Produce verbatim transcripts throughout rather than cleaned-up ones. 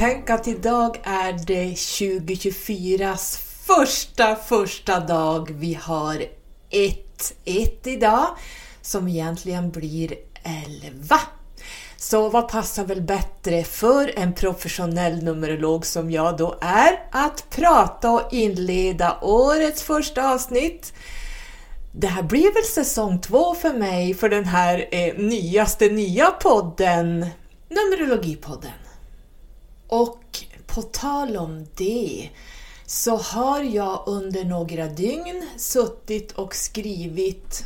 Tänk att idag är det tjugo tjugofyras första, första dag. Vi har ett, ett idag som egentligen blir elva. Så vad passar väl bättre för en professionell numerolog som jag då är att prata och inleda årets första avsnitt. Det här blir väl säsong två för mig för den här eh, nyaste nya podden, Numerologipodden. Och på tal om det så har jag under några dygn suttit och skrivit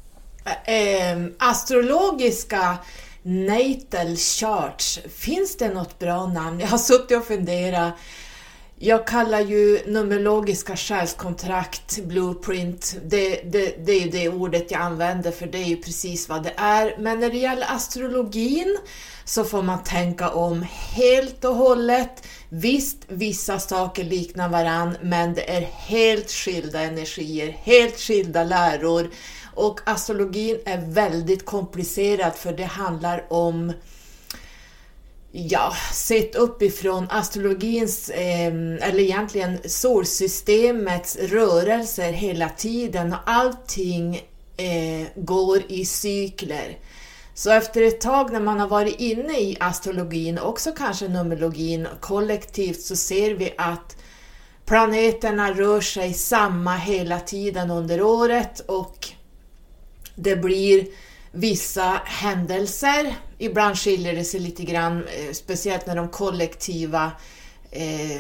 eh, astrologiska natal charts. Finns det något bra namn? Jag har suttit och funderat. Jag kallar ju numerologiska själskontrakt, blueprint. Det, det, det är ju det ordet jag använder, för det är ju precis vad det är. Men när det gäller astrologin så får man tänka om helt och hållet. Visst, vissa saker liknar varann, men det är helt skilda energier, helt skilda läror. Och astrologin är väldigt komplicerad, för det handlar om, ja, sett uppifrån astrologins, eh, eller egentligen solsystemets rörelser hela tiden, och allting eh, går i cykler. Så efter ett tag när man har varit inne i astrologin, också kanske numerologin kollektivt, så ser vi att planeterna rör sig samma hela tiden under året, och det blir vissa händelser. Ibland skiljer det sig lite grann, speciellt när de kollektiva eh,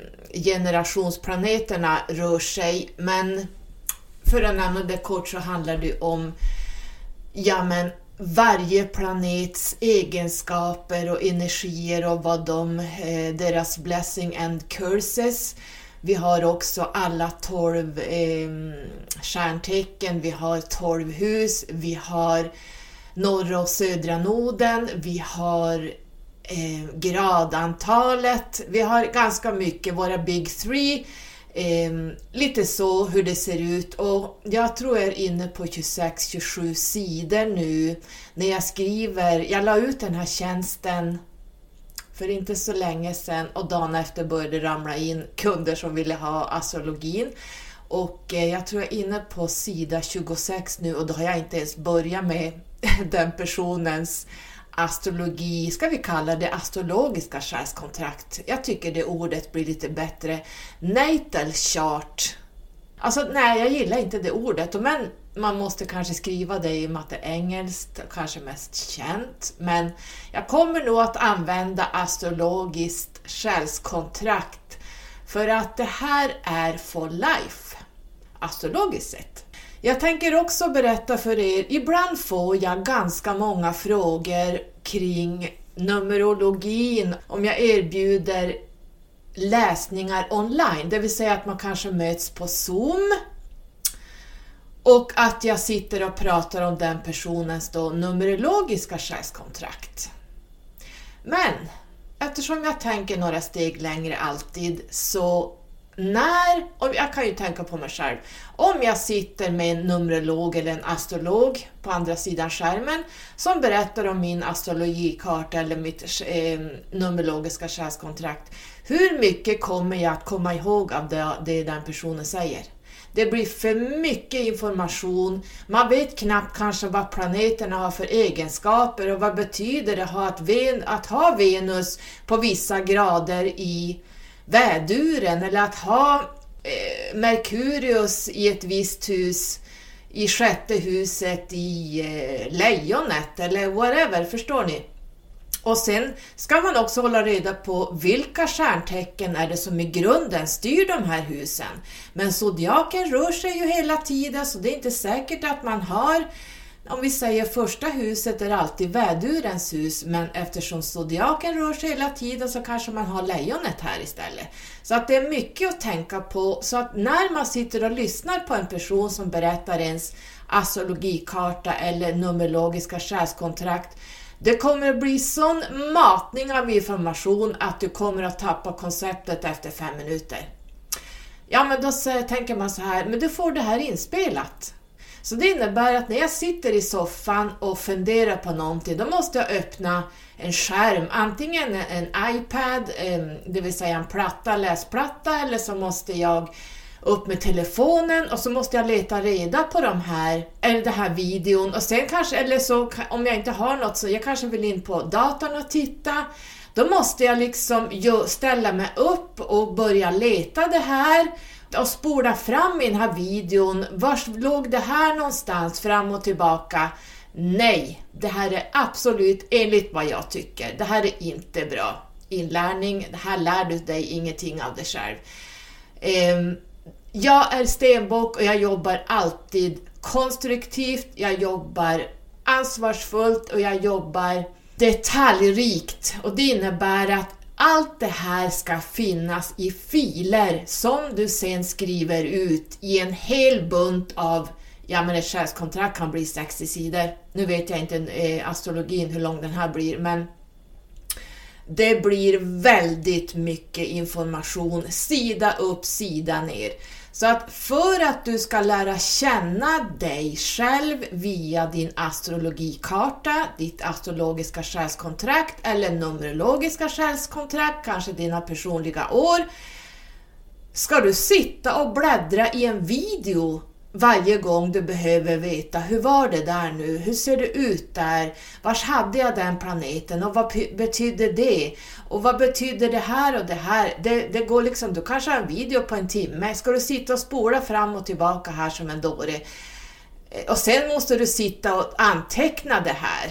generationsplaneterna rör sig. Men för att nämna det kort så handlar det om, ja men, varje planets egenskaper och energier och vad de, eh, deras blessing and curses. Vi har också alla tolv eh, stjärntecken, vi har tolv hus, vi har norra och södra noden, vi har eh, gradantalet, vi har ganska mycket, våra big three, eh, lite så hur det ser ut. Och jag tror jag är inne på tjugosex tjugosju sidor nu när jag skriver. Jag la ut den här tjänsten för inte så länge sedan, och dagen efter började ramla in kunder som ville ha astrologin. Och eh, jag tror jag är inne på sida tjugosex nu, och då har jag inte ens börjat med den personens astrologi, ska vi kalla det astrologiska själskontrakt. Jag tycker det ordet blir lite bättre. Natal chart. Alltså nej, jag gillar inte det ordet, men man måste kanske skriva det i och med att det är engelskt, kanske mest känt. Men jag kommer nog att använda astrologiskt själskontrakt, för att det här är for life, astrologiskt sett. Jag tänker också berätta för er, ibland får jag ganska många frågor kring numerologin, om jag erbjuder läsningar online, det vill säga att man kanske möts på Zoom och att jag sitter och pratar om den personens då numerologiska själskontrakt. Men eftersom jag tänker några steg längre alltid, så när, och jag kan ju tänka på mig själv, om jag sitter med en numerolog eller en astrolog på andra sidan skärmen som berättar om min astrologikarta eller mitt eh, numerologiska själskontrakt, hur mycket kommer jag att komma ihåg av det, det den personen säger? Det blir för mycket information. Man vet knappt kanske vad planeterna har för egenskaper, och vad betyder det att, ven, att ha Venus på vissa grader i väduren, eller att ha eh, Merkurius i ett visst hus i sjätte huset i eh, lejonet eller whatever, förstår ni? Och sen ska man också hålla reda på vilka stjärntecken är det som i grunden styr de här husen. Men zodiaken rör sig ju hela tiden, så det är inte säkert att man har, om vi säger första huset är alltid vädurens hus, men eftersom zodiaken rör sig hela tiden så kanske man har lejonet här istället. Så att det är mycket att tänka på, så att när man sitter och lyssnar på en person som berättar ens astrologikarta eller numerologiska själskontrakt, det kommer att bli sån matning av information att du kommer att tappa konceptet efter fem minuter. Ja, men då tänker man så här, men du får det här inspelat. Så det innebär att när jag sitter i soffan och funderar på någonting, då måste jag öppna en skärm, antingen en iPad, det vill säga en platta, läsplatta, eller så måste jag upp med telefonen och så måste jag leta reda på de här, eller den här videon, och sen kanske, eller så om jag inte har något så jag kanske vill in på datorn och titta. Då måste jag liksom ställa mig upp och börja leta det här och spola fram i den här videon. Var låg det här någonstans fram och tillbaka? Nej, det här är absolut, enligt vad jag tycker, det här är inte bra inlärning. Det här lär du dig ingenting av dig själv. Um, jag är stenbock och jag jobbar alltid konstruktivt, jag jobbar ansvarsfullt och jag jobbar detaljrikt, och det innebär att allt det här ska finnas i filer som du sen skriver ut i en hel bunt av, ja men ett själskontrakt kan bli sextio sidor. Nu vet jag inte eh, astrologin hur lång den här blir, men det blir väldigt mycket information, sida upp, sida ner. Så att för att du ska lära känna dig själv via din astrologikarta, ditt astrologiska själskontrakt eller numerologiska själskontrakt, kanske dina personliga år, ska du sitta och bläddra i en video varje gång du behöver veta, hur var det där nu, hur ser det ut där, vars hade jag den planeten och vad betyder det och vad betyder det här och det här. Det, det går liksom, du kanske har en video på en timme, ska du sitta och spola fram och tillbaka här som en dåre, och sen måste du sitta och anteckna det här.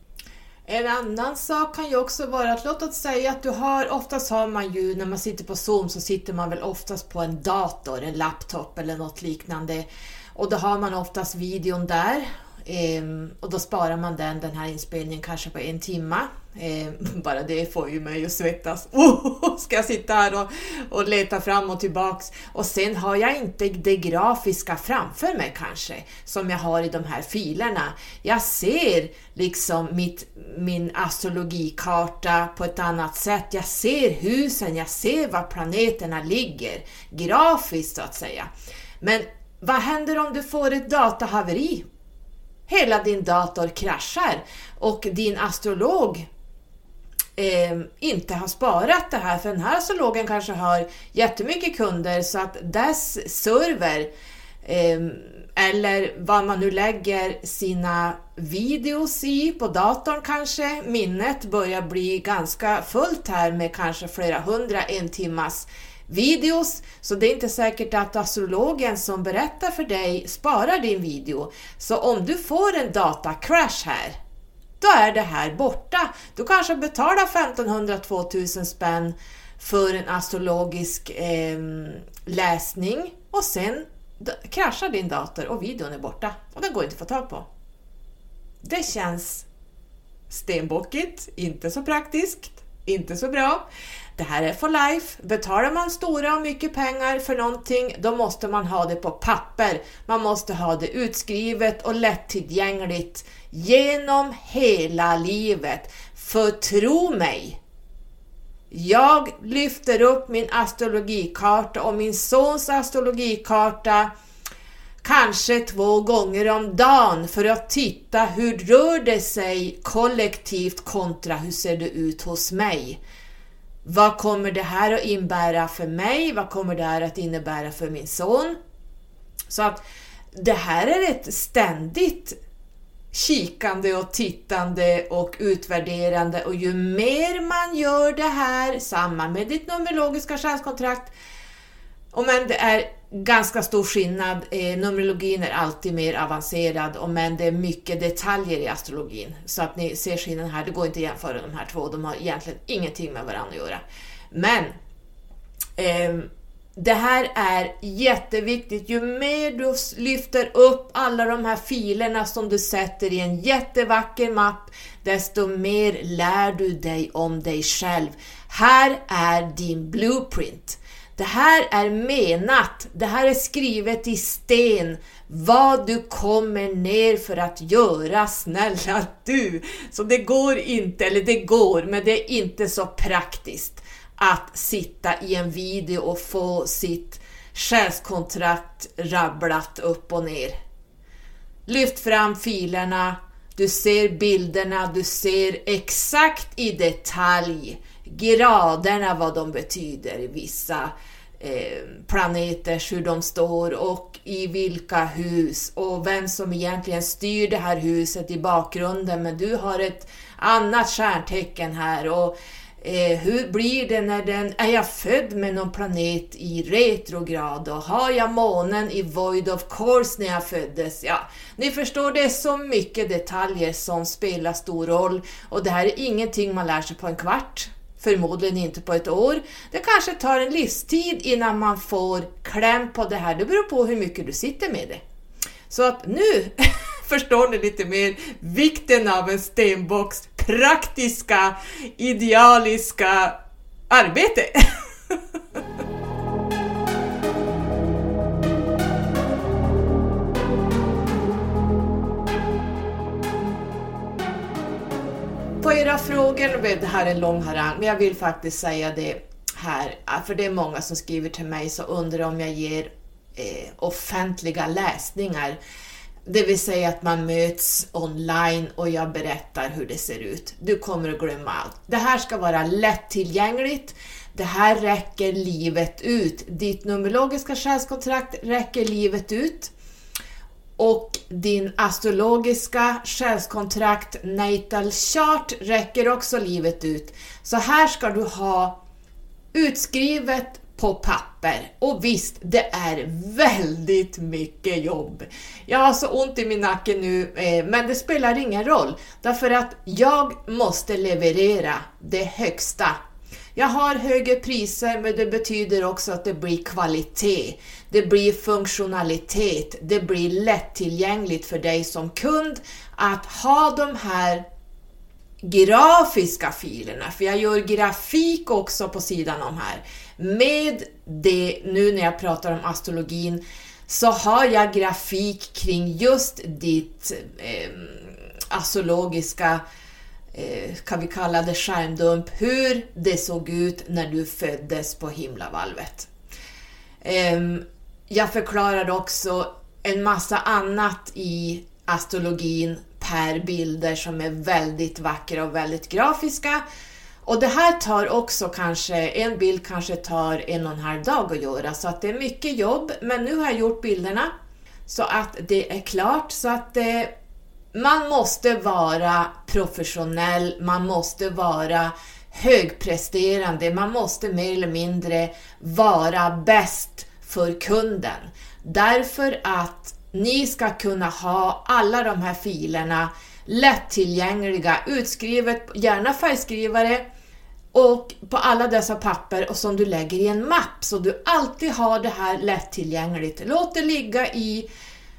En annan sak kan ju också vara att, låt oss säga att du har, oftast har man ju, när man sitter på Zoom så sitter man väl oftast på en dator, en laptop eller något liknande, och då har man oftast videon där, ehm, och då sparar man den, den här inspelningen kanske på en timme. Ehm, bara det får ju mig att svettas. Oh, ska jag sitta här och, och leta fram och tillbaks, och sen har jag inte det grafiska framför mig kanske som jag har i de här filerna. Jag ser liksom mitt, min astrologikarta på ett annat sätt. Jag ser husen, jag ser var planeterna ligger grafiskt så att säga. Men vad händer om du får ett datahaveri? Hela din dator kraschar och din astrolog eh, inte har sparat det här, för den här astrologen kanske har jättemycket kunder, så att dess server eh, eller vad man nu lägger sina videos i på datorn, kanske minnet börjar bli ganska fullt här med kanske flera hundra en timmas videos, så det är inte säkert att astrologen som berättar för dig sparar din video. Så om du får en datacrash här, då är det här borta. Du kanske betalar femtonhundra till tvåtusen spänn för en astrologisk eh, läsning, och sen kraschar din dator och videon är borta och den går inte att få tag på. Det känns stenbockigt, inte så praktiskt, inte så bra. Det här är for life. Betalar man stora och mycket pengar för någonting, då måste man ha det på papper. Man måste ha det utskrivet och lättillgängligt genom hela livet. För tro mig, jag lyfter upp min astrologikarta och min sons astrologikarta kanske två gånger om dagen för att titta hur rör det sig kollektivt kontra hur ser det ut hos mig. Vad kommer det här att innebära för mig? Vad kommer det här att innebära för min son? Så att det här är ett ständigt kikande och tittande och utvärderande, och ju mer man gör det här, samma med ditt numerologiska själskontrakt, och men det är ganska stor skillnad, eh, numerologin är alltid mer avancerad, och men det är mycket detaljer i astrologin, så att ni ser skillnaden här, det går inte att jämföra de här två, de har egentligen ingenting med varandra att göra. Men eh, det här är jätteviktigt. Ju mer du lyfter upp alla de här filerna som du sätter i en jättevacker mapp, desto mer lär du dig om dig själv. Här är din blueprint. Det här är menat, det här är skrivet i sten, vad du kommer ner för att göra, snälla du. Så det går inte, eller det går, men det är inte så praktiskt att sitta i en video och få sitt själskontrakt rabblat upp och ner. Lyft fram filerna, du ser bilderna, du ser exakt i detalj graderna vad de betyder i vissa eh, planeter, hur de står och i vilka hus och vem som egentligen styr det här huset i bakgrunden. Men du har ett annat stjärntecken här och Eh, hur blir det när den, är jag född med någon planet i retrograd och har jag månen i void of course när jag föddes? Ja, ni förstår, det är så mycket detaljer som spelar stor roll och det här är ingenting man lär sig på en kvart, förmodligen inte på ett år. Det kanske tar en livstid innan man får kläm på det här, det beror på hur mycket du sitter med det. Så att nu förstår ni lite mer vikten av en stenbocks praktiska, idealiska arbete. På era frågor, det här är en lång harang, men jag vill faktiskt säga det här, för det är många som skriver till mig så undrar om jag ger eh, offentliga läsningar. Det vill säga att man möts online och jag berättar hur det ser ut. Du kommer att glömma allt. Det här ska vara lättillgängligt. Det här räcker livet ut. Ditt numerologiska själskontrakt räcker livet ut. Och din astrologiska själskontrakt natal chart räcker också livet ut. Så här ska du ha utskrivet på papper. Och visst, det är väldigt mycket jobb. Jag har så ont i min nacke nu, eh, men det spelar ingen roll. Därför att jag måste leverera det högsta. Jag har högre priser, men det betyder också att det blir kvalitet. Det blir funktionalitet. Det blir lättillgängligt för dig som kund att ha de här grafiska filerna. För jag gör grafik också på sidan om här. Med det, nu när jag pratar om astrologin, så har jag grafik kring just ditt eh, astrologiska, eh, kan vi kalla det skärmdump, hur det såg ut när du föddes på himlavalvet. Eh, jag förklarar också en massa annat i astrologin per bilder som är väldigt vackra och väldigt grafiska. Och det här tar också kanske, en bild kanske tar en och en halv dag att göra. Så att det är mycket jobb, men nu har jag gjort bilderna så att det är klart. Så att eh, man måste vara professionell, man måste vara högpresterande, man måste mer eller mindre vara bäst för kunden. Därför att ni ska kunna ha alla de här filerna lättillgängliga, utskrivet, gärna färgskrivare och på alla dessa papper och som du lägger i en mapp så du alltid har det här lättillgängligt. Låt det ligga i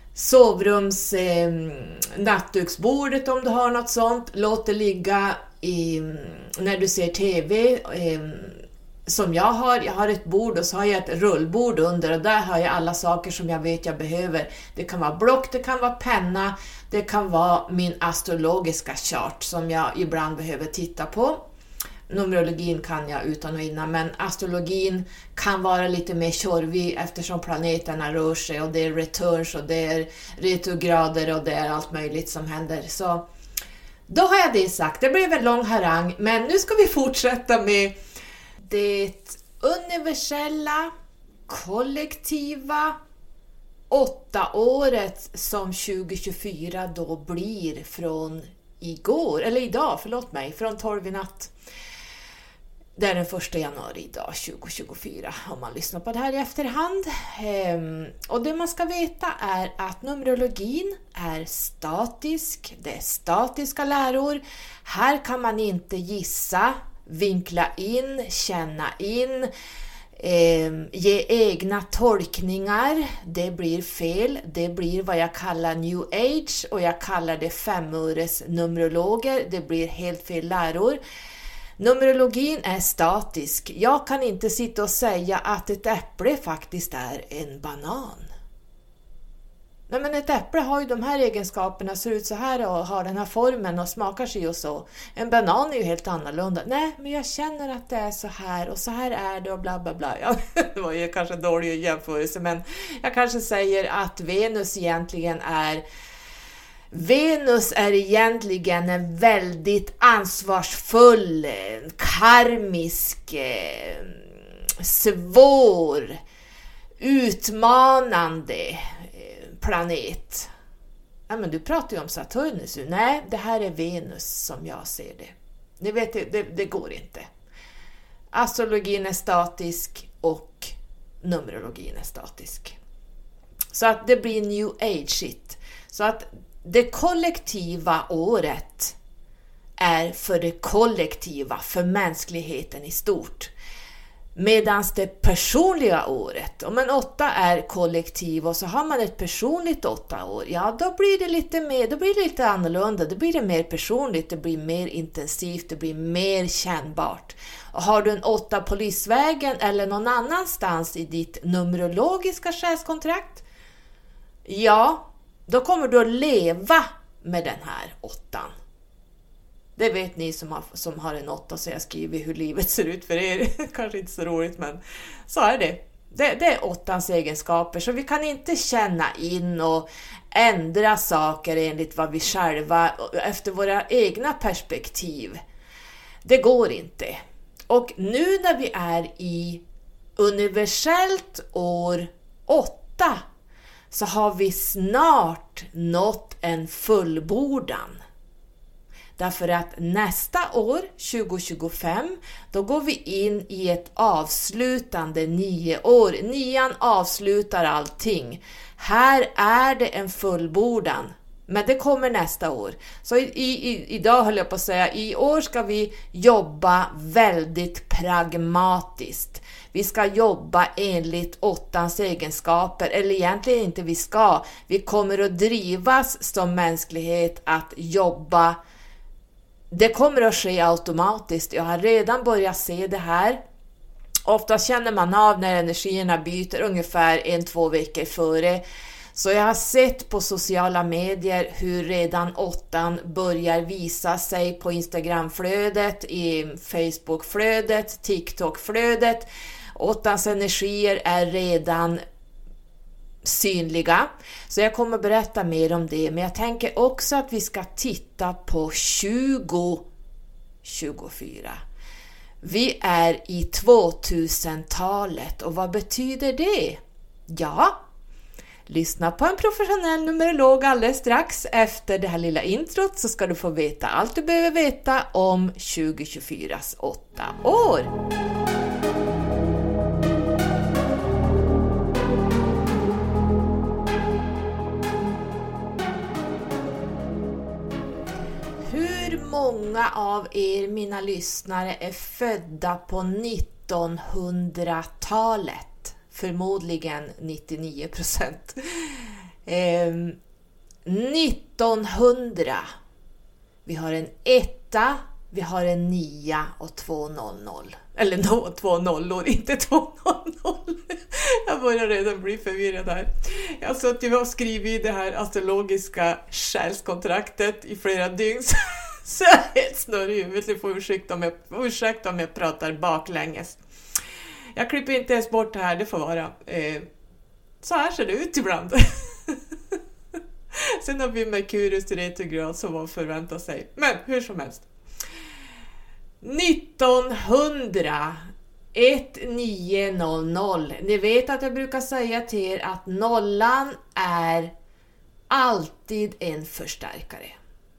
sovrums eh, nattduksbordet om du har något sånt. Låt det ligga i, när du ser tv eh, som jag har. Jag har ett bord och så har jag ett rullbord under och där har jag alla saker som jag vet jag behöver. Det kan vara block, det kan vara penna, det kan vara min astrologiska chart som jag ibland behöver titta på. Numerologin kan jag utan och innan, men astrologin kan vara lite mer tjorvig eftersom planeterna rör sig och det är returns och det är retrograder och det är allt möjligt som händer. Så då har jag det sagt. Det blev en lång harang, men nu ska vi fortsätta med det universella, kollektiva åtta året som tjugo tjugofyra då blir från igår, eller idag, förlåt mig, från tolv i natt. Det är den första januari idag, tjugo tjugofyra, om man lyssnar på det här i efterhand. Ehm, och det man ska veta är att numerologin är statisk, det är statiska läror. Här kan man inte gissa, vinkla in, känna in, eh, ge egna tolkningar. Det blir fel. Det blir vad jag kallar new age och jag kallar det femöres numerologer. Det blir helt fel läror. Numerologin är statisk. Jag kan inte sitta och säga att ett äpple faktiskt är en banan. Nej, men ett äpple har ju de här egenskaperna, ser ut så här och har den här formen och smakar sig och så. En banan är ju helt annorlunda. Nej, men jag känner att det är så här och så här är det och bla bla bla. Ja, det var ju kanske en dålig jämförelse, men jag kanske säger att Venus egentligen är Venus är egentligen en väldigt ansvarsfull, karmisk, svår, utmanande planet. Ja, men du pratar ju om Saturnus. Nej, det här är Venus som jag ser det. Ni vet, det, det går inte. Astrologin är statisk och numerologin är statisk. Så att det blir new age-shit. Så att det kollektiva året är för det kollektiva, för mänskligheten i stort. Medan det personliga året, om en åtta är kollektiv och så har man ett personligt åtta år, ja då blir det lite mer, då blir det lite annorlunda, då blir det mer personligt, det blir mer intensivt, det blir mer kännbart. Och har du en åtta på livsvägen eller någon annanstans i ditt numerologiska själskontrakt, ja då kommer du att leva med den här åttan. Det vet ni som har, som har en åtta, så jag skriver hur livet ser ut för er. Kanske inte så roligt, men så är det. det. Det är åttans egenskaper, så vi kan inte känna in och ändra saker enligt vad vi själva, efter våra egna perspektiv. Det går inte. Och nu när vi är i universellt år åtta så har vi snart nått en fullbordan. Därför att nästa år, tjugo tjugofem, då går vi in i ett avslutande nio år. Nian avslutar allting. Här är det en fullbordan. Men det kommer nästa år. Så i, i, idag höll jag på att säga, i år ska vi jobba väldigt pragmatiskt. Vi ska jobba enligt åttans egenskaper, eller egentligen inte vi ska. Vi kommer att drivas som mänsklighet att jobba. Det kommer att ske automatiskt. Jag har redan börjat se det här. Ofta känner man av när energierna byter ungefär en, två veckor före. Så jag har sett på sociala medier hur redan åttan börjar visa sig på Instagramflödet, i Facebookflödet, TikTokflödet. Åttans energier är redan synliga. Så jag kommer berätta mer om det. Men jag tänker också att vi ska titta på tjugo tjugofyra. Vi är i tvåtusentalet. Och vad betyder det? Ja, lyssna på en professionell numerolog alldeles strax efter det här lilla introt, så ska du få veta allt du behöver veta om tjugo tjugofyras åtta år. Hur många av er, mina lyssnare, är födda på nittonhundratalet? Förmodligen nittionio procent. Eh, nittonhundra. Vi har en etta, vi har en nia och två noll noll. Eller no, två nollor, inte två noll noll. Jag börjar redan bli förvirrad här. Jag har suttit och skrivit det här astrologiska själskontraktet i flera dygn. Så jag är helt snurrig i huvudet. Ni får ursäkta om jag, ursäkta om jag pratar baklänges. Jag klipper inte ens bort det här, det får vara. Eh, så här ser det ut ibland. Sen har vi Merkurius i retrograd, så vad förväntar sig. Men hur som helst. nittonhundra nittonhundra. Ni vet att jag brukar säga till er att nollan är alltid en förstärkare.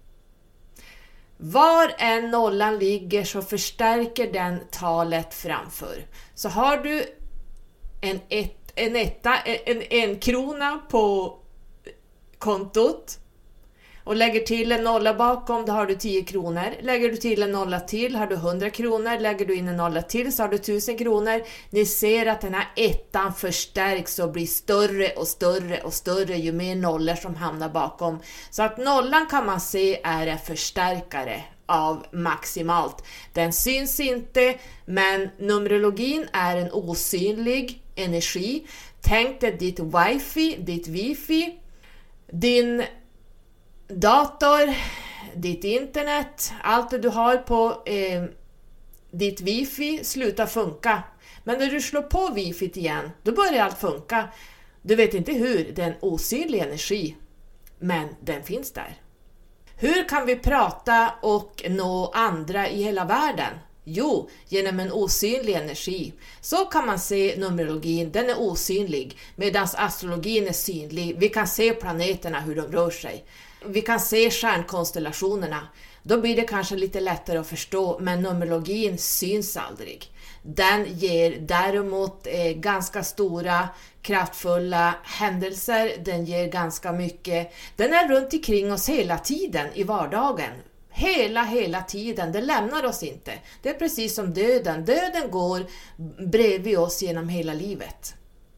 Var en nollan ligger så förstärker den talet framför. Så har du en, ett, en etta, en, en krona på kontot och lägger till en nolla bakom, då har du tio kronor. Lägger du till en nolla till har du hundra kronor. Lägger du in en nolla till så har du tusen kronor. Ni ser att den här ettan förstärks och blir större och större och större ju mer nollor som hamnar bakom. Så att nollan kan man se är en förstärkare av maximalt. Den syns inte, men numerologin är en osynlig energi. Tänk dig ditt wifi, ditt wifi, din dator, ditt internet, allt det du har på eh, ditt wifi slutar funka. Men när du slår på wifi igen, då börjar allt funka. Du vet inte hur, det är en osynlig energi. men den finns där. Hur kan vi prata och nå andra i hela världen? Jo, genom en osynlig energi. Så kan man se numerologin, den är osynlig, medan astrologin är synlig. Vi kan se planeterna, hur de rör sig. Vi kan se stjärnkonstellationerna. Då blir det kanske lite lättare att förstå, men numerologin syns aldrig. Den ger däremot eh, ganska stora, kraftfulla händelser. Den ger ganska mycket. Den är runt omkring oss hela tiden i vardagen. Hela, hela tiden. Det lämnar oss inte. Det är precis som döden. Döden går bredvid oss genom hela livet.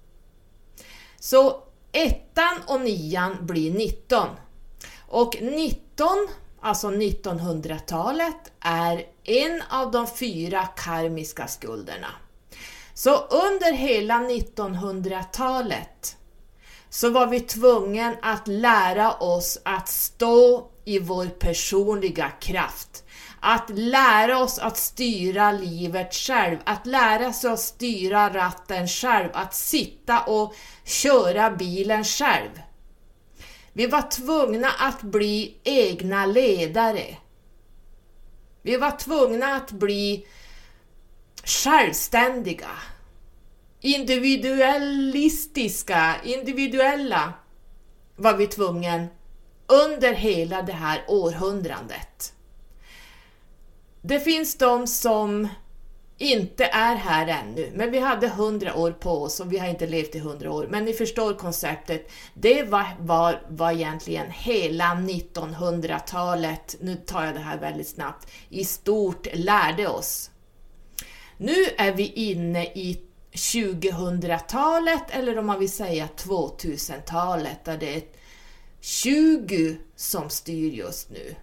Så ettan och nian blir nitton. Och nitton, alltså nittonhundratalet, är en av de fyra karmiska skulderna. Så under hela nittonhundratalet så var vi tvungna att lära oss att stå i vår personliga kraft. Att lära oss att styra livet själv. Att lära sig att styra ratten själv. Att sitta och köra bilen själv. Vi var tvungna att bli egna ledare. Vi var tvungna att bli självständiga. Individualistiska, individuella var vi tvungna under hela det här århundradet. Det finns de som inte är här ännu, men vi hade hundra år på oss och vi har inte levt i hundra år. Men ni förstår konceptet. Det var, var, var egentligen hela nittonhundratalet, nu tar jag det här väldigt snabbt, i stort lärde oss. Nu är vi inne i tjugohundratalet, eller om man vill säga tvåtusentalet, där det är tjugo som styr just nu.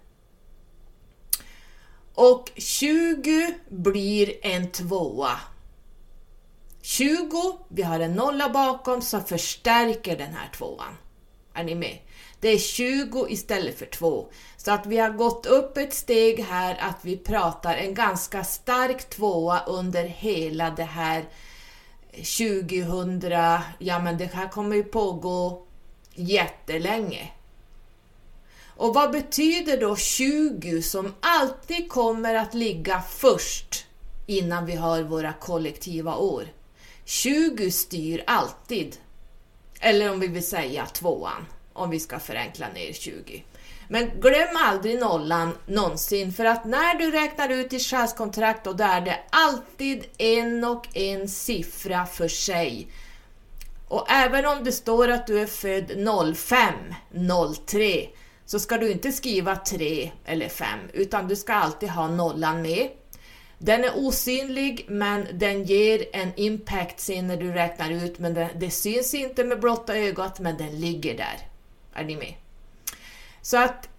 Och tjugo blir en tvåa. tjugo, vi har en nolla bakom som förstärker den här tvåan. Är ni med? Det är tjugo istället för två. Så att vi har gått upp ett steg här att vi pratar en ganska stark tvåa under hela det här tjugohundra. Ja, men det här kommer ju pågå jättelänge. Och vad betyder då tjugo som alltid kommer att ligga först innan vi har våra kollektiva år? tjugo styr alltid. Eller om vi vill säga tvåan, om vi ska förenkla ner tjugo. Men glöm aldrig nollan någonsin, för att när du räknar ut i själskontrakt, och där är det alltid en och en siffra för sig. Och även om det står att du är född noll fem noll tre, så ska du inte skriva tre eller fem, utan du ska alltid ha nollan med. Den är osynlig, men den ger en impact sen när du räknar ut, men det, det syns inte med blotta ögat, men den ligger där. Är ni med? Så att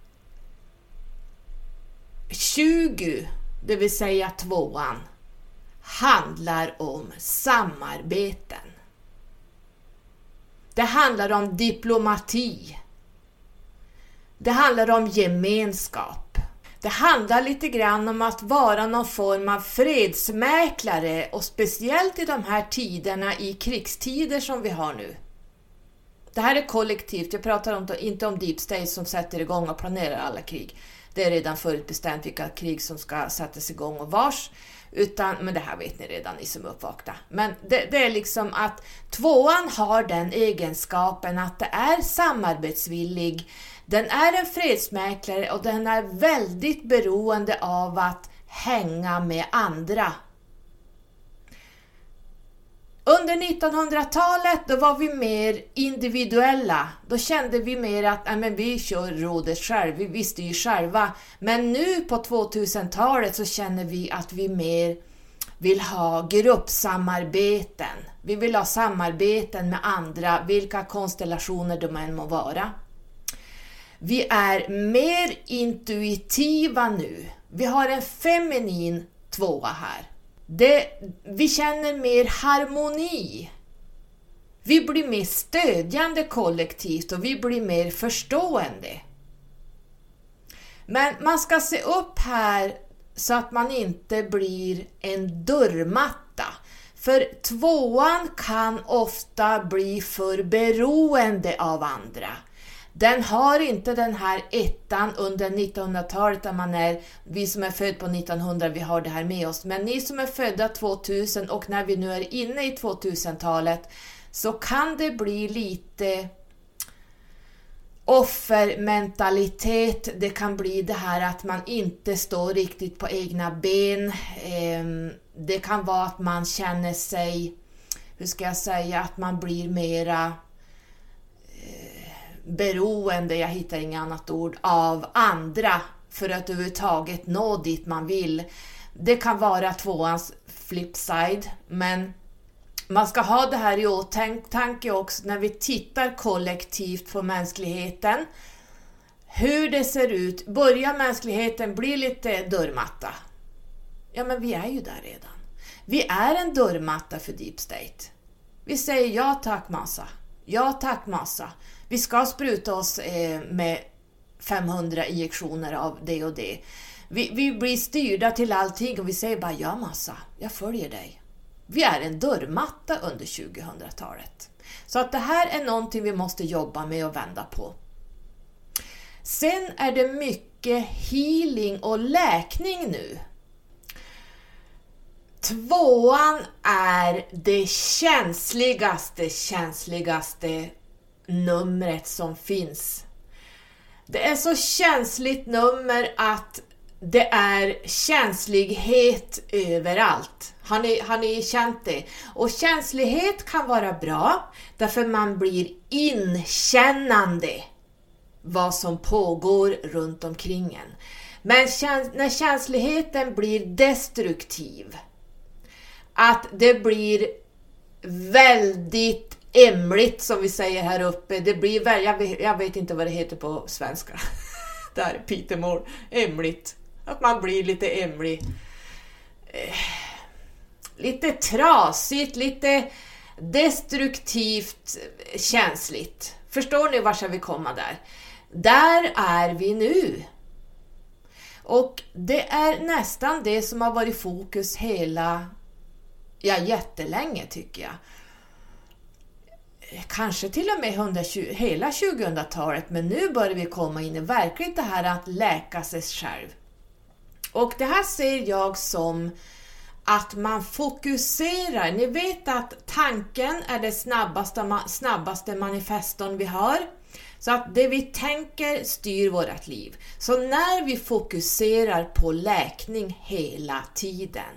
tjugo, det vill säga tvåan, handlar om samarbeten. Det handlar om diplomati. Det handlar om gemenskap. Det handlar lite grann om att vara någon form av fredsmäklare, och speciellt i de här tiderna, i krigstider som vi har nu. Det här är kollektivt. Jag pratar om, inte om deep state som sätter igång och planerar alla krig. Det är redan förutbestämt vilka krig som ska sättas igång och vars. Utan, men det här vet ni redan, ni som är uppvakta. Men det, det är liksom att tvåan har den egenskapen att det är samarbetsvillig. Den är en fredsmäklare och den är väldigt beroende av att hänga med andra. Under nittonhundratalet då var vi mer individuella. Då kände vi mer att äh, men vi kör rådet själv, vi visste ju själva. Men nu på tvåtusentalet så känner vi att vi mer vill ha gruppsamarbeten. Vi vill ha samarbeten med andra, vilka konstellationer de än må vara. Vi är mer intuitiva nu. Vi har en feminin tvåa här. Det, vi känner mer harmoni. Vi blir mer stödjande kollektivt och vi blir mer förstående. Men man ska se upp här så att man inte blir en dörrmatta. För tvåan kan ofta bli för beroende av andra. Den har inte den här ettan under nittonhundratalet där man är, vi som är född på nittonhundra, vi har det här med oss. Men ni som är födda tvåtusen och när vi nu är inne i tvåtusentalet så kan det bli lite offermentalitet. Det kan bli det här att man inte står riktigt på egna ben. Det kan vara att man känner sig, hur ska jag säga, att man blir mera beroende, jag hittar inget annat ord, av andra för att överhuvudtaget nå dit man vill. Det kan vara tvåans flipside, men man ska ha det här i åtanke också när vi tittar kollektivt på mänskligheten. Hur det ser ut. Börjar mänskligheten bli lite dörrmatta? Ja, men vi är ju där redan. Vi är en dörrmatta för Deep State. Vi säger ja tack massa. Ja tack massa. Vi ska spruta oss eh, med femhundra injektioner av det och det. Vi, vi blir styrda till allting och vi säger bara ja massa. Jag följer dig. Vi är en dörrmatta under tjugohundratalet. Så att det här är någonting vi måste jobba med och vända på. Sen är det mycket healing och läkning nu. Tvåan är det känsligaste, känsligaste numret som finns. Det är så känsligt nummer att det är känslighet överallt. Har ni, har ni känt det? Och känslighet kan vara bra därför man blir inkännande vad som pågår runt omkring en. Men käns- när känsligheten blir destruktiv, att det blir väldigt ämligt som vi säger här uppe, det blir väl, jag vet, jag vet inte vad det heter på svenska. Det här är pitemål, ämligt. Att man blir lite ämlig. Eh, lite trasigt, lite destruktivt känsligt. Förstår ni vart jag vill komma där? Där är vi nu. Och det är nästan det som har varit fokus hela, ja jättelänge tycker jag. Kanske till och med hundratjugo, hela tjugohundratalet, men nu börjar vi komma in i verkligen det här att läka sig själv. Och det här ser jag som att man fokuserar. Ni vet att tanken är det snabbaste, snabbaste manifeston vi har. Så att det vi tänker styr vårt liv. Så när vi fokuserar på läkning hela tiden,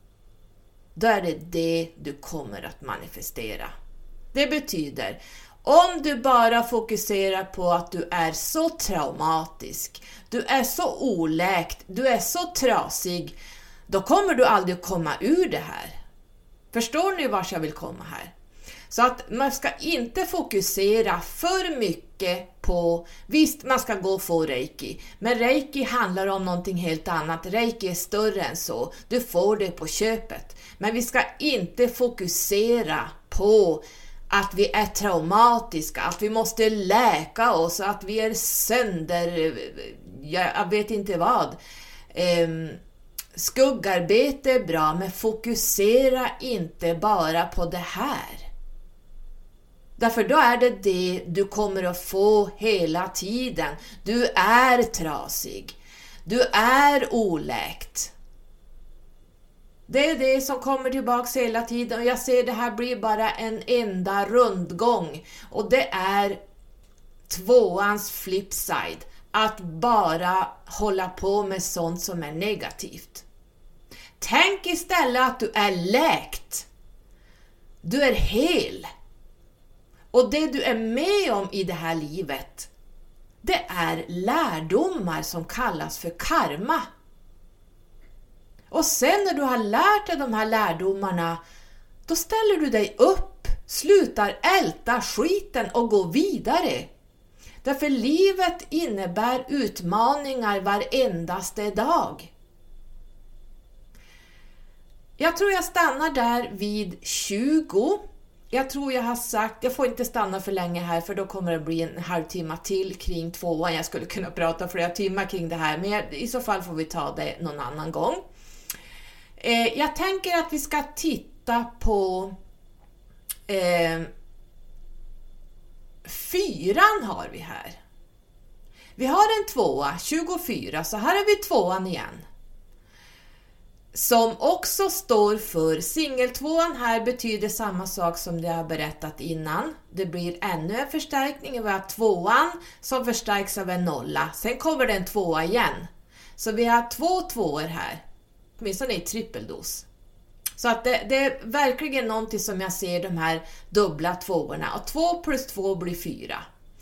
då är det det du kommer att manifestera. Det betyder, om du bara fokuserar på att du är så traumatisk, du är så oläkt, du är så trasig, då kommer du aldrig komma ur det här. Förstår ni vart jag vill komma här? Så att man ska inte fokusera för mycket på, visst man ska gå och få reiki, men reiki handlar om någonting helt annat. Reiki är större än så, du får det på köpet. Men vi ska inte fokusera på att vi är traumatiska, att vi måste läka oss, att vi är sönder, jag vet inte vad. Um, skuggarbete är bra, men fokusera inte bara på det här. Därför då är det det du kommer att få hela tiden. Du är trasig. Du är oläkt. Det är det som kommer tillbaka hela tiden. Och jag ser det här blir bara en enda rundgång. Och det är tvåans flipside. Att bara hålla på med sånt som är negativt. Tänk istället att du är läkt. Du är hel. Och det du är med om i det här livet, det är lärdomar som kallas för karma. Och sen när du har lärt dig de här lärdomarna, då ställer du dig upp, slutar älta skiten och går vidare. Därför livet innebär utmaningar varendaste dag. Jag tror jag stannar där vid tjugo. Jag tror jag har sagt, jag får inte stanna för länge här för då kommer det bli en halvtimme till kring tvåan. Jag skulle kunna prata flera timmar kring det här, men i så fall får vi ta det någon annan gång. Eh, jag tänker att vi ska titta på eh, fyran har vi här. Vi har en tvåa, tjugofyra, så här har vi tvåan igen. Som också står för singeltvåan. Här betyder samma sak som det jag har berättat innan. Det blir ännu en förstärkning. Vi har tvåan som förstärks av en nolla. Sen kommer det en tvåa igen. Så vi har två tvåor här. Åtminstone i trippeldos. Så att det, det är verkligen någonting som jag ser de här dubbla tvåorna. Och två plus två blir fyra.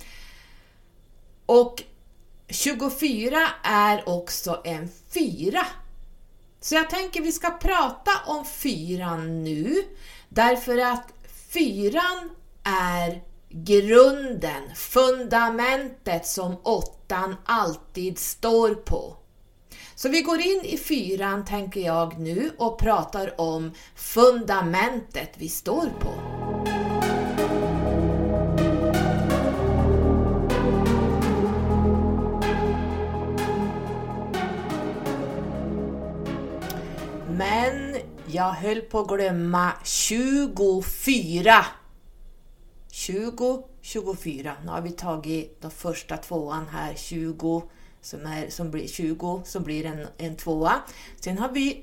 Och tjugofyra är också en fyra. Så jag tänker vi ska prata om fyran nu. Därför att fyran är grunden, fundamentet som åttan alltid står på. Så vi går in i fyran tänker jag nu och pratar om fundamentet vi står på. Men jag höll på att glömma tjugofyra. tjugo, tjugofyra. Nu har vi tagit den första tvåan här, tjugo som, är, som blir tjugo, som blir en, en tvåa. Sen har vi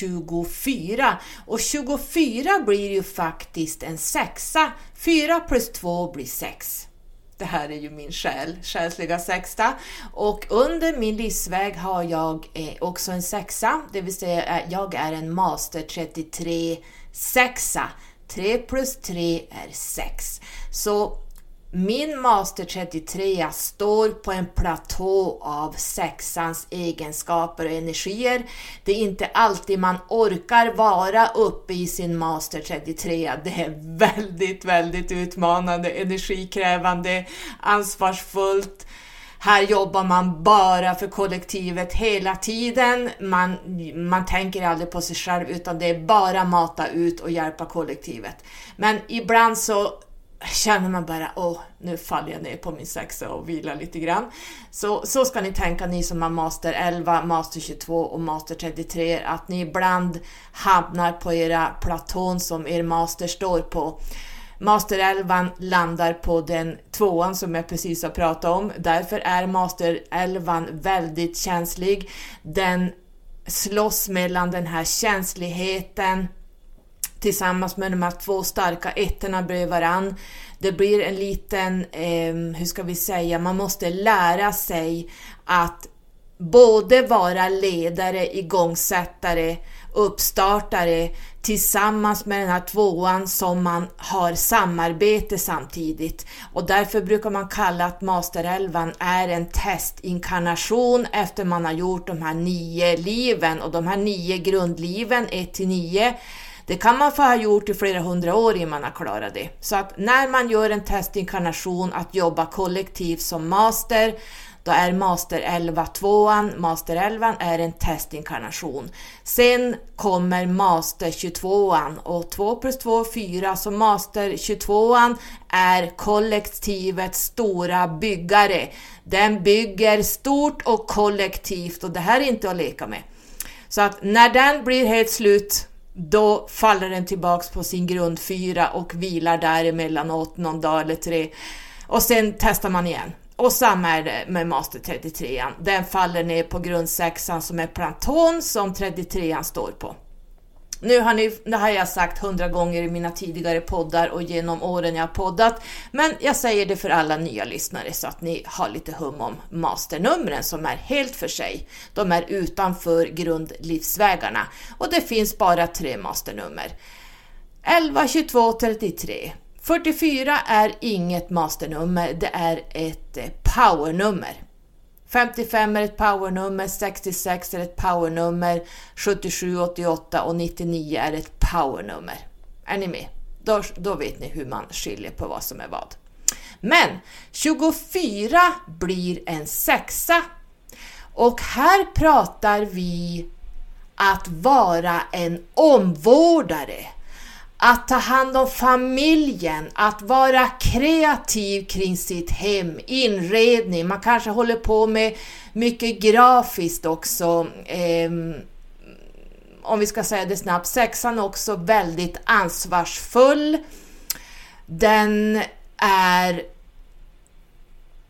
tjugofyra. Och tjugofyra blir ju faktiskt en sexa. fyra plus två blir sex. Det här är ju min själ, själsliga sexta. Och under min livsväg har jag eh, också en sexa. Det vill säga jag är en master trettiotre sexa. tre plus tre är sex. Så min master trettiotre står på en platå av sexans egenskaper och energier. Det är inte alltid man orkar vara uppe i sin master trettiotre. Det är väldigt, väldigt utmanande, energikrävande, ansvarsfullt. Här jobbar man bara för kollektivet hela tiden. Man, man tänker aldrig på sig själv utan det är bara mata ut och hjälpa kollektivet. Men ibland så känner man bara, åh, nu faller jag ner på min sexa och vilar lite grann. Så, så ska ni tänka, ni som har master elva, master tjugotvå och master trettiotre, att ni ibland hamnar på era platån som er master står på. Master elva landar på den tvåan som jag precis har pratat om. Därför är master elva väldigt känslig. Den slåss mellan den här känsligheten tillsammans med de här två starka ettorna bredvid varann. Det blir en liten, eh, hur ska vi säga, man måste lära sig att både vara ledare, igångsättare, uppstartare tillsammans med den här tvåan som man har samarbete samtidigt. Och därför brukar man kalla att master elva är en testinkarnation efter man har gjort de här nio liven. Och de här nio grundliven, ett till nio, det kan man få ha gjort i flera hundra år innan man har klarat det. Så att när man gör en testinkarnation att jobba kollektivt som master, då är master elva tvåan, master elva är en testinkarnation. Sen kommer master tjugotvåan och två plus två är fyra, så master tjugotvåan är kollektivets stora byggare. Den bygger stort och kollektivt och det här är inte att leka med. Så att när den blir helt slut, då faller den tillbaks på sin grund fyra och vilar däremellanåt någon dag eller tre. Och sen testar man igen. Och samma är det med master trettiotre. Den faller ner på grund sexan som är platån som trettiotre står på. Nu har, ni, det har jag sagt hundra gånger i mina tidigare poddar och genom åren jag har poddat. Men jag säger det för alla nya lyssnare så att ni har lite hum om masternumren som är helt för sig. De är utanför grundlivsvägarna. Och det finns bara tre masternummer. elva, tjugotvå, trettiotre. fyrtiofyra är inget masternummer, det är ett powernummer. femtiofem är ett powernummer, sextiosex är ett powernummer, sjuttiosju, åttioåtta och nittionio är ett powernummer. Är ni med? Då, då vet ni hur man skiljer på vad som är vad. Men tjugofyra blir en sexa. Och här pratar vi att vara en omvårdare. Att ta hand om familjen, att vara kreativ kring sitt hem, inredning. Man kanske håller på med mycket grafiskt också. Eh, om vi ska säga det snabbt. Sexan är också väldigt ansvarsfull. Den är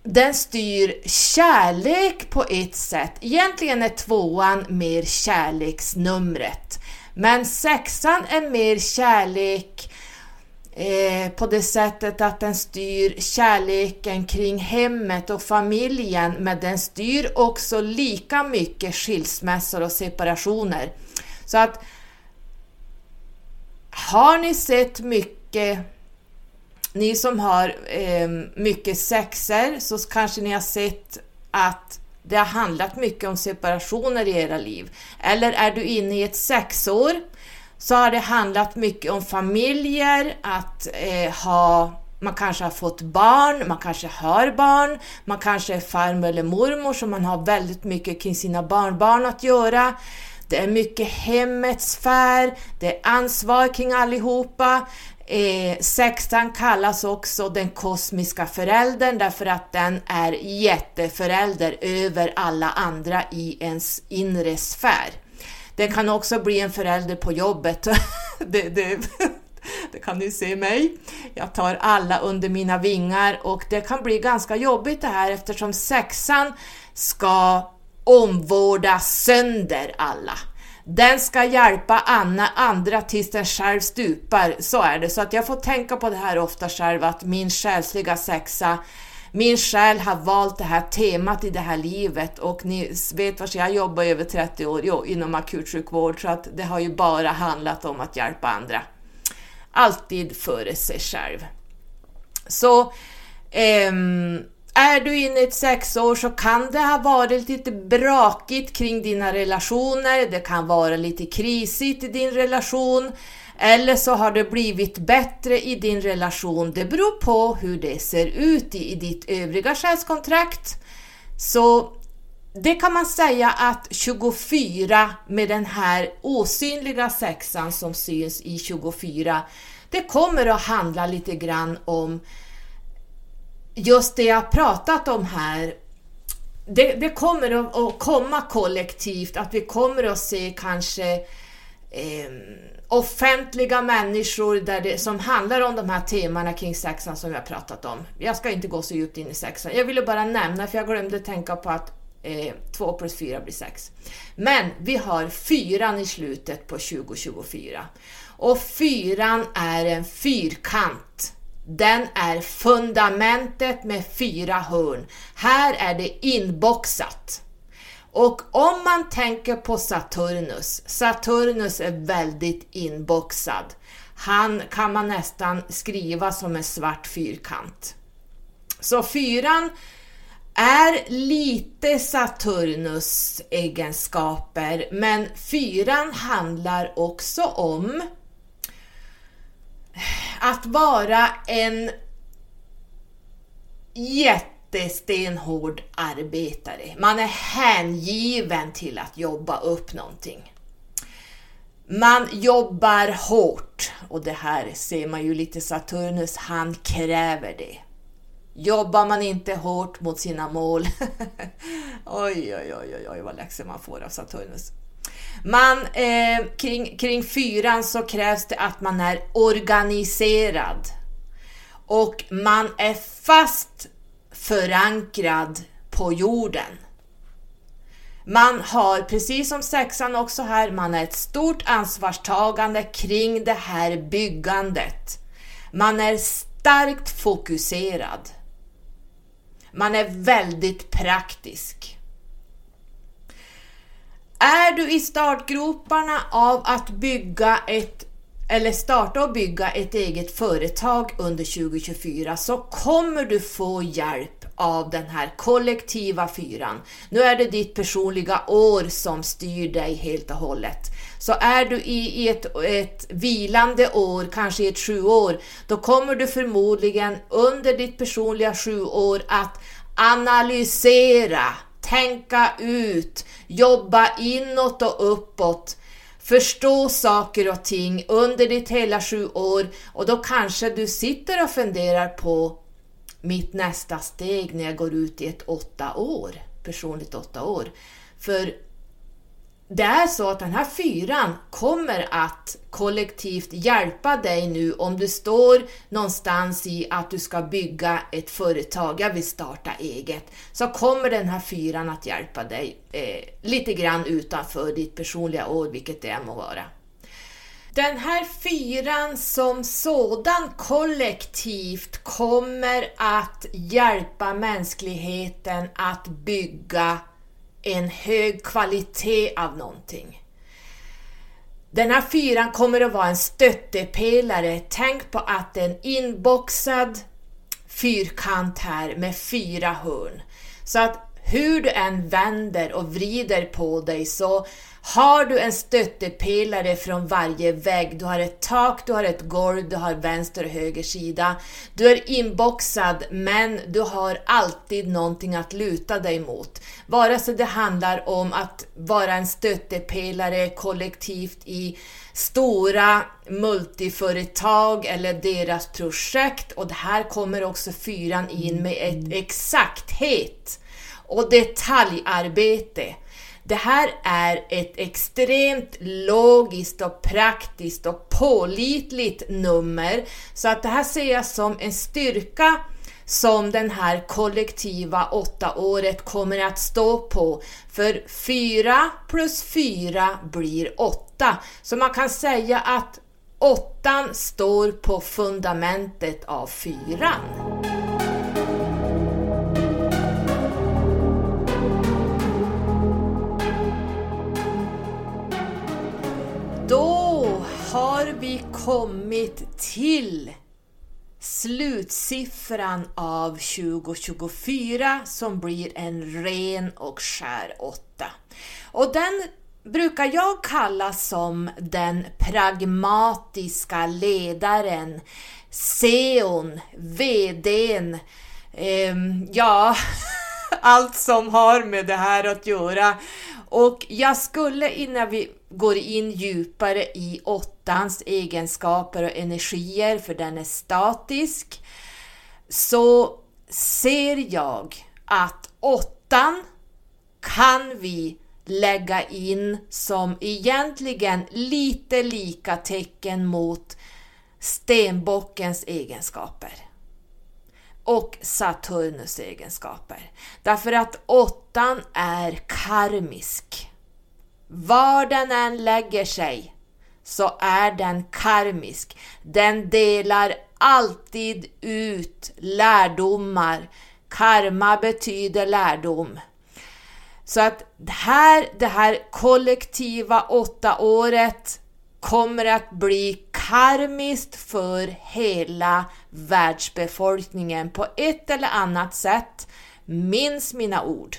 den styr kärlek på ett sätt. Egentligen är tvåan mer kärleksnumret. Men sexan är mer kärlek eh, på det sättet att den styr kärleken kring hemmet och familjen. Men den styr också lika mycket skilsmässor och separationer. Så att har ni sett mycket, ni som har eh, mycket sexer, så kanske ni har sett att det har handlat mycket om separationer i era liv. Eller är du inne i ett sexår, så har det handlat mycket om familjer, att eh, ha, man kanske har fått barn, man kanske har barn, man kanske är farmor eller mormor, så man har väldigt mycket kring sina barnbarn att göra. Det är mycket hemmets sfär, det är ansvar kring allihopa. Eh, sexan kallas också den kosmiska föräldern, därför att den är jätteförälder över alla andra i ens inre sfär. Den kan också bli en förälder på jobbet. det, det, det kan ni se mig. Jag tar alla under mina vingar, och det kan bli ganska jobbigt det här, eftersom sexan ska omvårda sönder alla. Den ska hjälpa Anna, andra tills den själv stupar. Så är det. Så att jag får tänka på det här ofta själv, att min själsliga sexa, min själ har valt det här temat i det här livet. Och ni vet vad, jag jobbar över trettio år jo, inom akutsjukvård, så att det har ju bara handlat om att hjälpa andra. Alltid före sig själv. Så ehm, är du inne i ett sexår, så kan det ha varit lite brakigt kring dina relationer. Det kan vara lite krisigt i din relation. Eller så har det blivit bättre i din relation. Det beror på hur det ser ut i, i ditt övriga själskontrakt. Så det kan man säga att tjugofyra, med den här osynliga sexan som syns i tjugofyra, det kommer att handla lite grann om just det jag pratat om här. Det, det kommer att, att komma kollektivt, att vi kommer att se kanske eh, offentliga människor där det, som handlar om de här temana kring sexan som jag pratat om. Jag ska inte gå så djupt in i sexan. Jag ville bara nämna, för jag glömde tänka på att eh, två plus fyra blir sex. Men vi har fyran i slutet på tjugo tjugofyra. Och fyran är en fyrkant. Den är fundamentet med fyra hörn. Här är det inboxat. Och om man tänker på Saturnus. Saturnus är väldigt inboxad. Han kan man nästan skriva som en svart fyrkant. Så fyran är lite Saturnus egenskaper. Men fyran handlar också om att vara en jättestenhård arbetare. Man är hängiven till att jobba upp någonting. Man jobbar hårt. Och det här ser man ju lite Saturnus. Han kräver det. Jobbar man inte hårt mot sina mål. oj, oj, oj, oj, oj, vad läxor man får av Saturnus. Man, eh, kring, kring fyran så krävs det att man är organiserad. Och man är fast förankrad på jorden. Man har, precis som sexan också här, man har ett stort ansvarstagande kring det här byggandet. Man är starkt fokuserad. Man är väldigt praktisk. Är du i startgroparna av att bygga ett eller starta och bygga ett eget företag under tjugo tjugofyra, så kommer du få hjälp av den här kollektiva fyran. Nu är det ditt personliga år som styr dig helt och hållet. Så är du i, i ett, ett vilande år, kanske i ett sju år, då kommer du förmodligen under ditt personliga sju år att analysera, tänka ut, jobba inåt och uppåt, förstå saker och ting under ditt hela sju år. Och då kanske du sitter och funderar på mitt nästa steg när jag går ut i ett åtta år, personligt åtta år. För det är så att den här fyran kommer att kollektivt hjälpa dig nu om du står någonstans i att du ska bygga ett företag, jag vill starta eget, så kommer den här fyran att hjälpa dig eh, lite grann utanför ditt personliga år, vilket det må vara. Den här fyran som sådan kollektivt kommer att hjälpa mänskligheten att bygga en hög kvalitet av någonting. Den här fyran kommer att vara en stöttepelare. Tänk på att det är en inboxad fyrkant här med fyra hörn. Så att hur du än vänder och vrider på dig så har du en stöttepelare från varje vägg. Du har ett tak, du har ett golv, du har vänster och höger sida. Du är inboxad, men du har alltid någonting att luta dig mot. Vare sig det handlar om att vara en stöttepelare kollektivt i stora multiföretag eller deras projekt. Och det här kommer också fyran in med ett exakthet och detaljarbete. Det här är ett extremt logiskt och praktiskt och pålitligt nummer. Så att det här ser jag som en styrka som den här kollektiva åtta året kommer att stå på. För fyra plus fyra blir åtta. Så man kan säga att åttan står på fundamentet av fyran. Då har vi kommit till slutsiffran av tjugo tjugofyra som blir en ren och skär åtta. Och den brukar jag kalla som den pragmatiska ledaren, C E O:n, V D:n, eh, ja, allt som har med det här att göra. Och jag skulle innan vi går in djupare i åttans egenskaper och energier, för den är statisk, så ser jag att åttan kan vi lägga in som egentligen lite lika tecken mot stenbockens egenskaper och Saturnus egenskaper. Därför att åttan är karmisk. Var den än lägger sig så är den karmisk. Den delar alltid ut lärdomar. Karma betyder lärdom. Så att det här, det här kollektiva åtta året kommer att bli karmiskt för hela världsbefolkningen på ett eller annat sätt. Minns mina ord.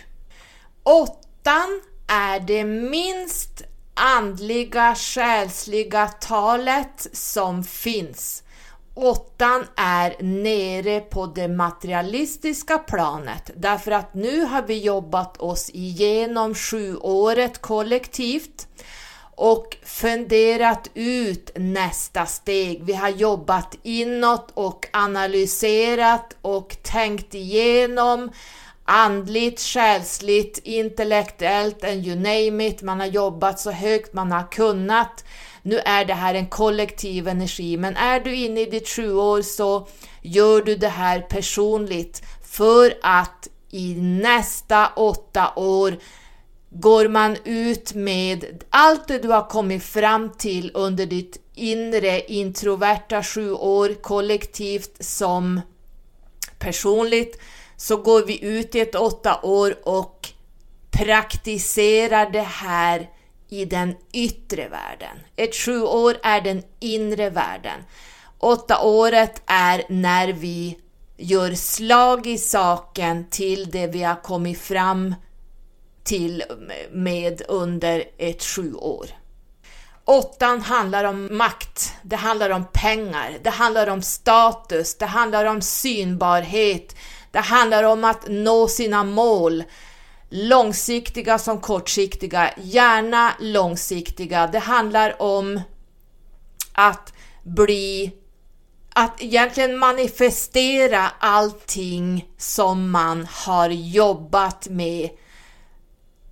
Åttan är det minst andliga, själsliga talet som finns. Åttan är nere på det materialistiska planet, därför att nu har vi jobbat oss igenom sju året kollektivt och funderat ut nästa steg. Vi har jobbat inåt och analyserat och tänkt igenom andligt, själsligt, intellektuellt, and you name it. Man har jobbat så högt man har kunnat. Nu är det här en kollektiv energi, men är du inne i ditt sju år så gör du det här personligt, för att i nästa åtta år går man ut med allt det du har kommit fram till under ditt inre introverta sju år kollektivt som personligt, så går vi ut i ett åtta år och praktiserar det här i den yttre världen. Ett sju år är den inre världen. Åtta året är när vi gör slag i saken till det vi har kommit fram till med under ett sju år. Åttan handlar om makt, det handlar om pengar, det handlar om status, det handlar om synbarhet, det handlar om att nå sina mål, långsiktiga som kortsiktiga, gärna långsiktiga. Det handlar om att bli, att egentligen manifestera allting som man har jobbat med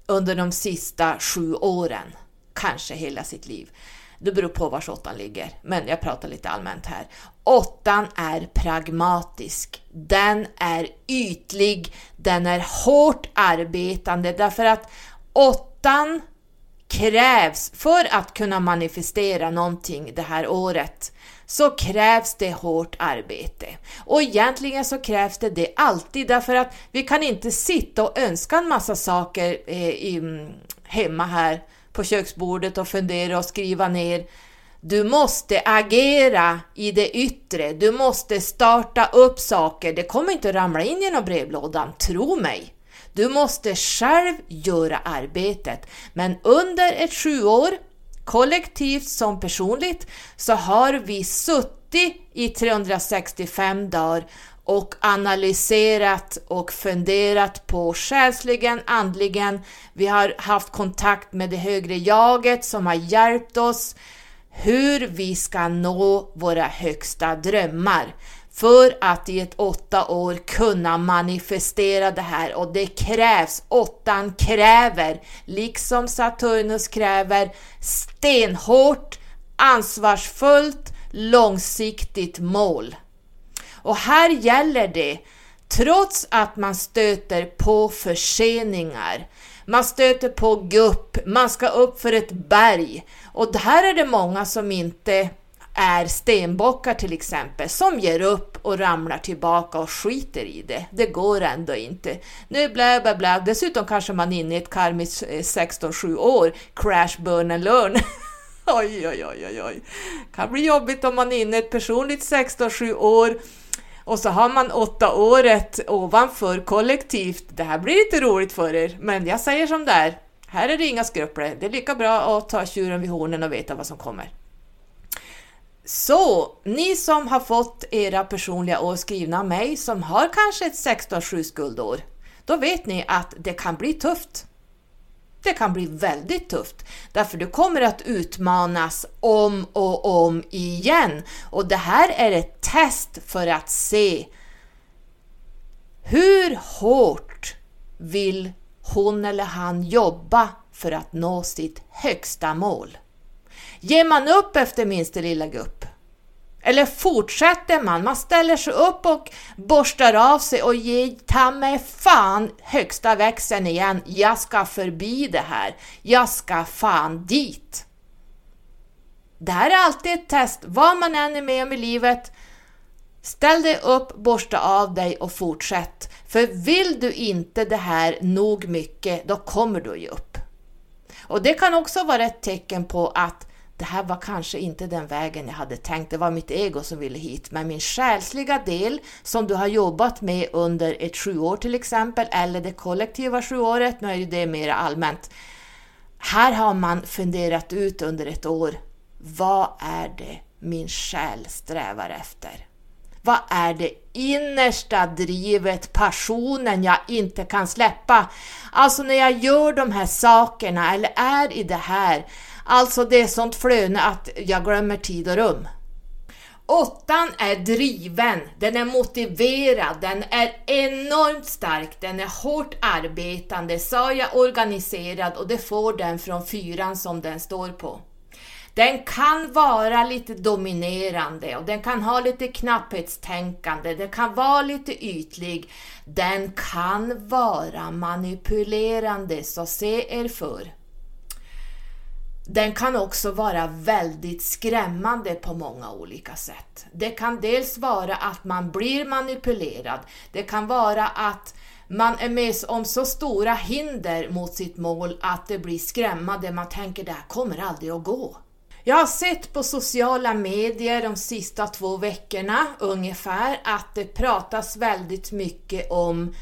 under de sista sju åren. Kanske hela sitt liv. Det beror på var åttan ligger. Men jag pratar lite allmänt här. Åttan är pragmatisk. Den är ytlig. Den är hårt arbetande. Därför att åttan krävs för att kunna manifestera någonting det här året. Så krävs det hårt arbete. Och egentligen så krävs det det alltid. Därför att vi kan inte sitta och önska en massa saker eh, i, hemma här på köksbordet och fundera och skriva ner. Du måste agera i det yttre. Du måste starta upp saker. Det kommer inte ramla in genom brevlådan, tro mig. Du måste själv göra arbetet. Men under ett sju år, kollektivt som personligt, så har vi suttit i trehundrasextiofem dagar och analyserat och funderat på själsligen, andligen. Vi har haft kontakt med det högre jaget som har hjälpt oss hur vi ska nå våra högsta drömmar. För att i ett åtta år kunna manifestera det här. Och det krävs, åttan kräver, liksom Saturnus kräver, stenhårt, ansvarsfullt, långsiktigt mål. Och här gäller det, trots att man stöter på förseningar, man stöter på gupp, man ska upp för ett berg. Och det här är det många som inte är stenbockar till exempel, som ger upp och ramlar tillbaka och skiter i det. Det går ändå inte. Nu blä blä blä. Dessutom kanske man är inne i ett karmiskt sexton sju år. Crash, burn and learn. oj, oj, oj, oj, oj. Kan bli jobbigt om man är inne i ett personligt sexton sju år. Och så har man åtta året ovanför kollektivt. Det här blir inte roligt för er. Men jag säger som där. Här är det inga skrupler. Det är lika bra att ta tjuren vid hornen och veta vad som kommer. Så, ni som har fått era personliga år skrivna av mig, som har kanske ett sexton sju skuldår, då vet ni att det kan bli tufft. Det kan bli väldigt tufft. Därför du kommer att utmanas om och om igen. Och det här är ett test för att se hur hårt vill hon eller han jobba för att nå sitt högsta mål. Ger man upp efter minsta lilla gupp? Eller fortsätter man? Man ställer sig upp och borstar av sig och ger ta mig fan högsta växeln igen. Jag ska förbi det här. Jag ska fan dit. Det här är alltid ett test. Vad man än är med om i livet. Ställ dig upp, borsta av dig och fortsätt. För vill du inte det här nog mycket, då kommer du ju upp. Och det kan också vara ett tecken på att det här var kanske inte den vägen jag hade tänkt. Det var mitt ego som ville hit. Men min själsliga del som du har jobbat med under ett sju år till exempel. Eller det kollektiva sju året. Nu är ju det mer allmänt. Här har man funderat ut under ett år. Vad är det min själ strävar efter? Vad är det innersta drivet, passionen jag inte kan släppa? Alltså när jag gör de här sakerna eller är i det här. Alltså det är sånt flöne att jag glömmer tid och rum. Åttan är driven, den är motiverad, den är enormt stark, den är hårt arbetande, sa jag, organiserad, och det får den från fyran som den står på. Den kan vara lite dominerande och den kan ha lite knapphetstänkande, den kan vara lite ytlig, den kan vara manipulerande, så se er för. Den kan också vara väldigt skrämmande på många olika sätt. Det kan dels vara att man blir manipulerad. Det kan vara att man är med om så stora hinder mot sitt mål att det blir skrämmande. Man tänker det här kommer aldrig att gå. Jag har sett på sociala medier de sista två veckorna ungefär att det pratas väldigt mycket om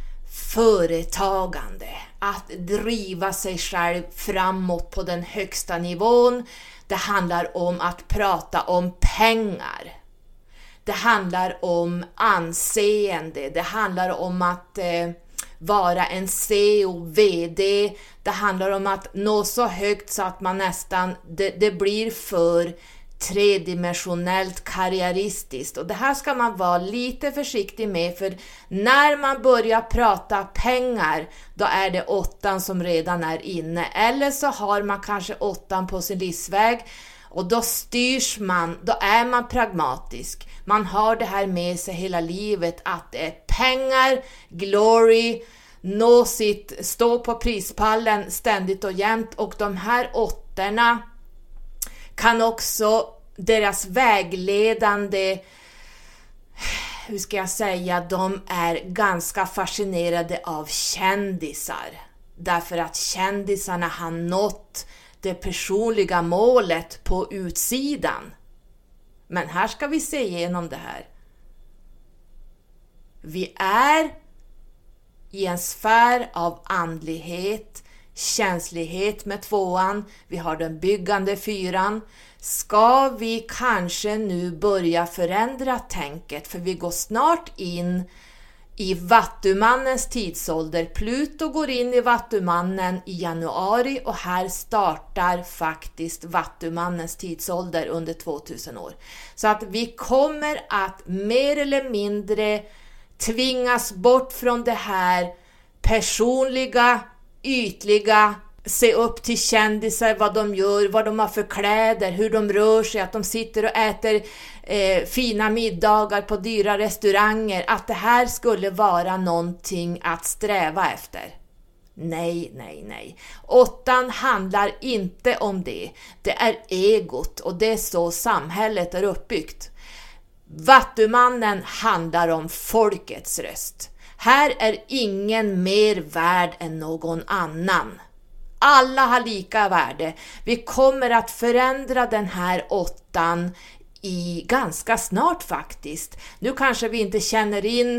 företagande, att driva sig själv framåt på den högsta nivån. Det handlar om att prata om pengar. Det handlar om anseende. Det handlar om att eh, vara en C E O, V D. Det handlar om att nå så högt så att man nästan, det, det blir för tredimensionellt karriäristiskt. Och det här ska man vara lite försiktig med, för när man börjar prata pengar, då är det åttan som redan är inne. Eller så har man kanske åttan på sin livsväg och då styrs man, då är man pragmatisk. Man har det här med sig hela livet, att det är pengar, glory, nå sitt, stå på prispallen ständigt och jämt. Och de här åttorna kan också, deras vägledande, hur ska jag säga, de är ganska fascinerade av kändisar. Därför att kändisarna har nått det personliga målet på utsidan. Men här ska vi se igenom det här. Vi är i en sfär av andlighet, känslighet med tvåan. Vi har den byggande fyran. Ska vi kanske nu börja förändra tänket? För vi går snart in i Vattumannens tidsålder. Pluto går in i Vattumannen i januari och här startar faktiskt Vattumannens tidsålder under tvåtusen år. Så att vi kommer att mer eller mindre tvingas bort från det här personliga, ytliga, se upp till kändisar, vad de gör, vad de har för kläder, hur de rör sig, att de sitter och äter eh, fina middagar på dyra restauranger, att det här skulle vara någonting att sträva efter. Nej, nej, nej. Åttan handlar inte om det. Det är egot och det är så samhället är uppbyggt. Vattumannen handlar om folkets röst. Här är ingen mer värd än någon annan. Alla har lika värde. Vi kommer att förändra den här åttan i ganska snart faktiskt. Nu kanske vi inte känner in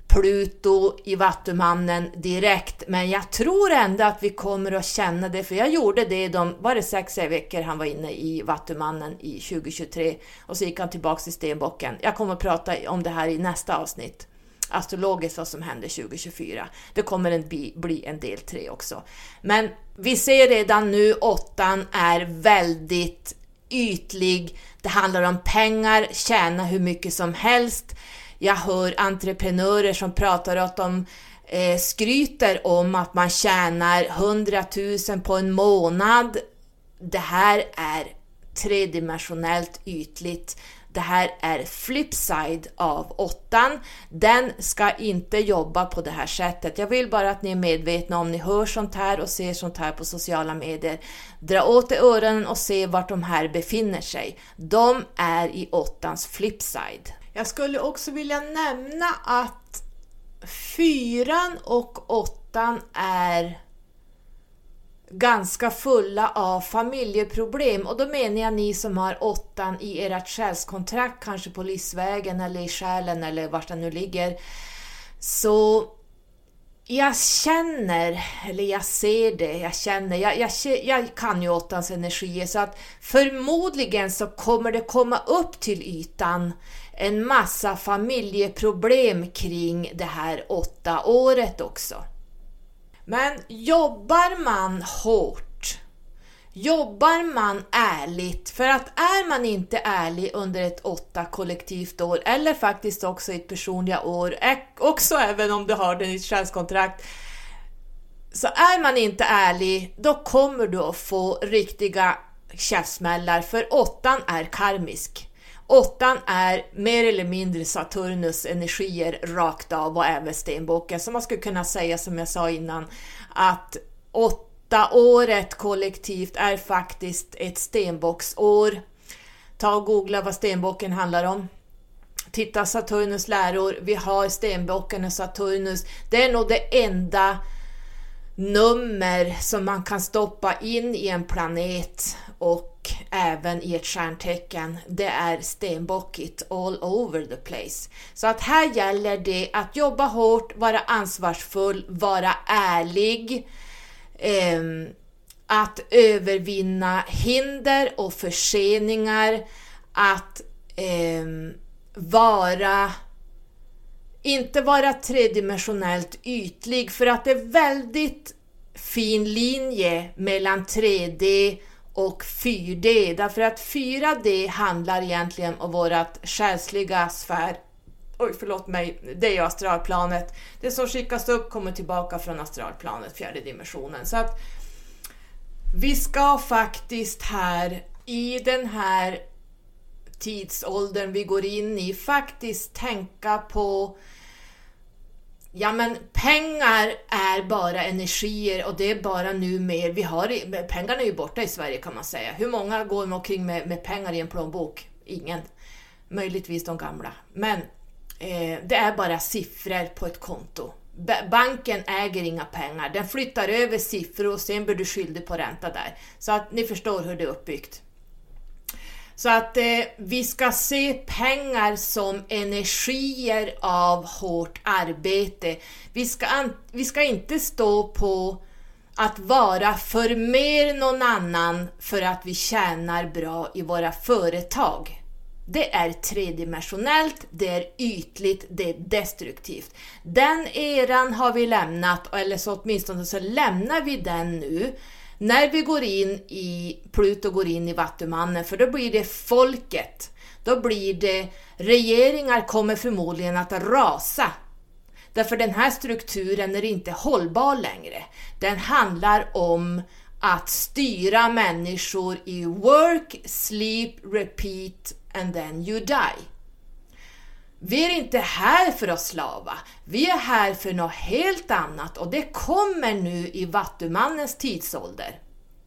Pluto i Vattumannen direkt, men jag tror ändå att vi kommer att känna det, för jag gjorde det de, var det sex veckor han var inne i Vattumannen i tjugohundratjugotre och så gick han tillbaka till Stenbocken. Jag kommer att prata om det här i nästa avsnitt. Astrologiskt vad som händer tjugohundratjugofyra. Det kommer en bli, bli en del tre också. Men vi ser redan nu åttan är väldigt ytlig. Det handlar om pengar, tjäna hur mycket som helst. Jag hör entreprenörer som pratar att de eh, skryter om att man tjänar hundratusen på en månad. Det här är tredimensionellt ytligt. Det här är flipside av åttan. Den ska inte jobba på det här sättet. Jag vill bara att ni är medvetna om ni hör sånt här och ser sånt här på sociala medier. Dra åt i öronen och se vart de här befinner sig. De är i åttans flipside. Jag skulle också vilja nämna att fyran och åttan är ganska fulla av familjeproblem, och då menar jag ni som har åttan i ert själskontrakt, kanske på livsvägen eller i själen eller vart den nu ligger. Så jag känner, eller jag ser det, jag känner, jag, jag, jag kan ju åttans energier, så att förmodligen så kommer det komma upp till ytan en massa familjeproblem kring det här åtta året också. Men jobbar man hårt, jobbar man ärligt, för att är man inte ärlig under ett åtta kollektivt år, eller faktiskt också ett personliga år, också även om du har den i ett själskontrakt, så är man inte ärlig, då kommer du att få riktiga käftsmällar, för åttan är karmisk. Åttan är mer eller mindre Saturnus energier rakt av, och även Stenbocken. Så man skulle kunna säga, som jag sa innan, att åtta året kollektivt är faktiskt ett stenbocksår. Ta och googla vad Stenbocken handlar om. Titta Saturnus läror. Vi har Stenbocken och Saturnus. Det är nog det enda nummer som man kan stoppa in i en planet och även i ett stjärntecken. Det är stenbockigt all over the place. Så att här gäller det att jobba hårt, vara ansvarsfull, vara ärlig, eh, att övervinna hinder och förseningar, att eh, vara inte vara tredimensionellt ytlig, för att det är väldigt fin linje mellan tre D och fyra D. Därför att fyra D handlar egentligen om vårat själsliga sfär. Oj, förlåt mig, det är ju astralplanet. Det som skickas upp kommer tillbaka från astralplanet, fjärde dimensionen. Så att vi ska faktiskt här i den här tidsåldern vi går in i faktiskt tänka på, ja men pengar är bara energier och det är bara nu mer. Vi har, pengarna är ju borta i Sverige kan man säga. Hur många går omkring med, med pengar i en plånbok? Ingen. Möjligtvis de gamla. Men eh, det är bara siffror på ett konto. Banken äger inga pengar. Den flyttar över siffror och sen blir du skyldig på ränta där. Så att ni förstår hur det är uppbyggt. Så att eh, vi ska se pengar som energier av hårt arbete. Vi ska, an- vi ska inte stå på att vara för mer någon annan för att vi tjänar bra i våra företag. Det är tredimensionellt, det är ytligt, det är destruktivt. Den eran har vi lämnat, eller så åtminstone så lämnar vi den nu. När vi går in i, Pluto går in i Vattumannen, för då blir det folket. Då blir det, regeringar kommer förmodligen att rasa. Därför den här strukturen är inte hållbar längre. Den handlar om att styra människor i work, sleep, repeat and then you die. Vi är inte här för att slava. Vi är här för något helt annat och det kommer nu i Vattumannens tidsålder.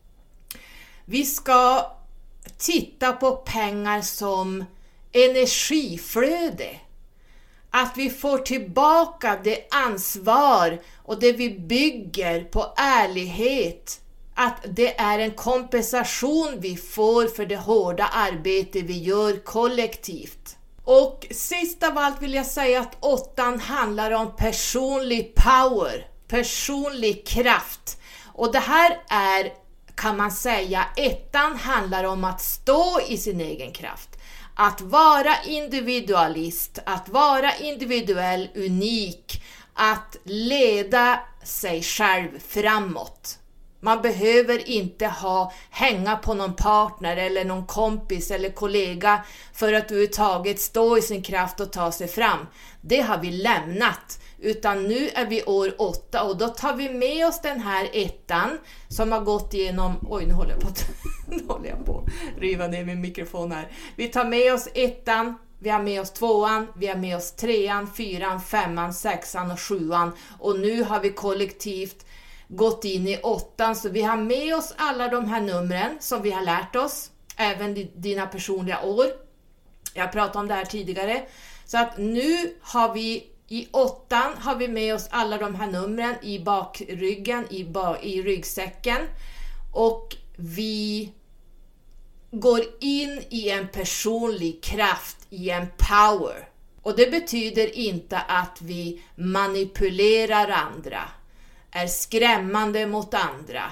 Vi ska titta på pengar som energiflöde. Att vi får tillbaka det ansvar och det vi bygger på ärlighet. Att det är en kompensation vi får för det hårda arbete vi gör kollektivt. Och sist av allt vill jag säga att åttan handlar om personlig power, personlig kraft. Och det här är, kan man säga, ettan handlar om att stå i sin egen kraft. Att vara individualist, att vara individuell, unik, att leda sig själv framåt. Man behöver inte ha, hänga på någon partner eller någon kompis eller kollega för att överhuvudtaget stå i sin kraft och ta sig fram. Det har vi lämnat. Utan nu är vi år åtta och då tar vi med oss den här ettan som har gått igenom... Oj, nu håller jag på att, nu håller jag på att riva ner min mikrofon här. Vi tar med oss ettan, vi har med oss tvåan, vi har med oss trean, fyran, femman, sexan och sjuan. Och nu har vi kollektivt gått in i åttan, så vi har med oss alla de här numren som vi har lärt oss, även dina personliga år. Jag pratade om det här tidigare. Så att nu har vi i åttan har vi med oss alla de här numren i bakryggen, i, ba, i ryggsäcken. Och vi går in i en personlig kraft, i en power. Och det betyder inte att vi manipulerar andra, är skrämmande mot andra,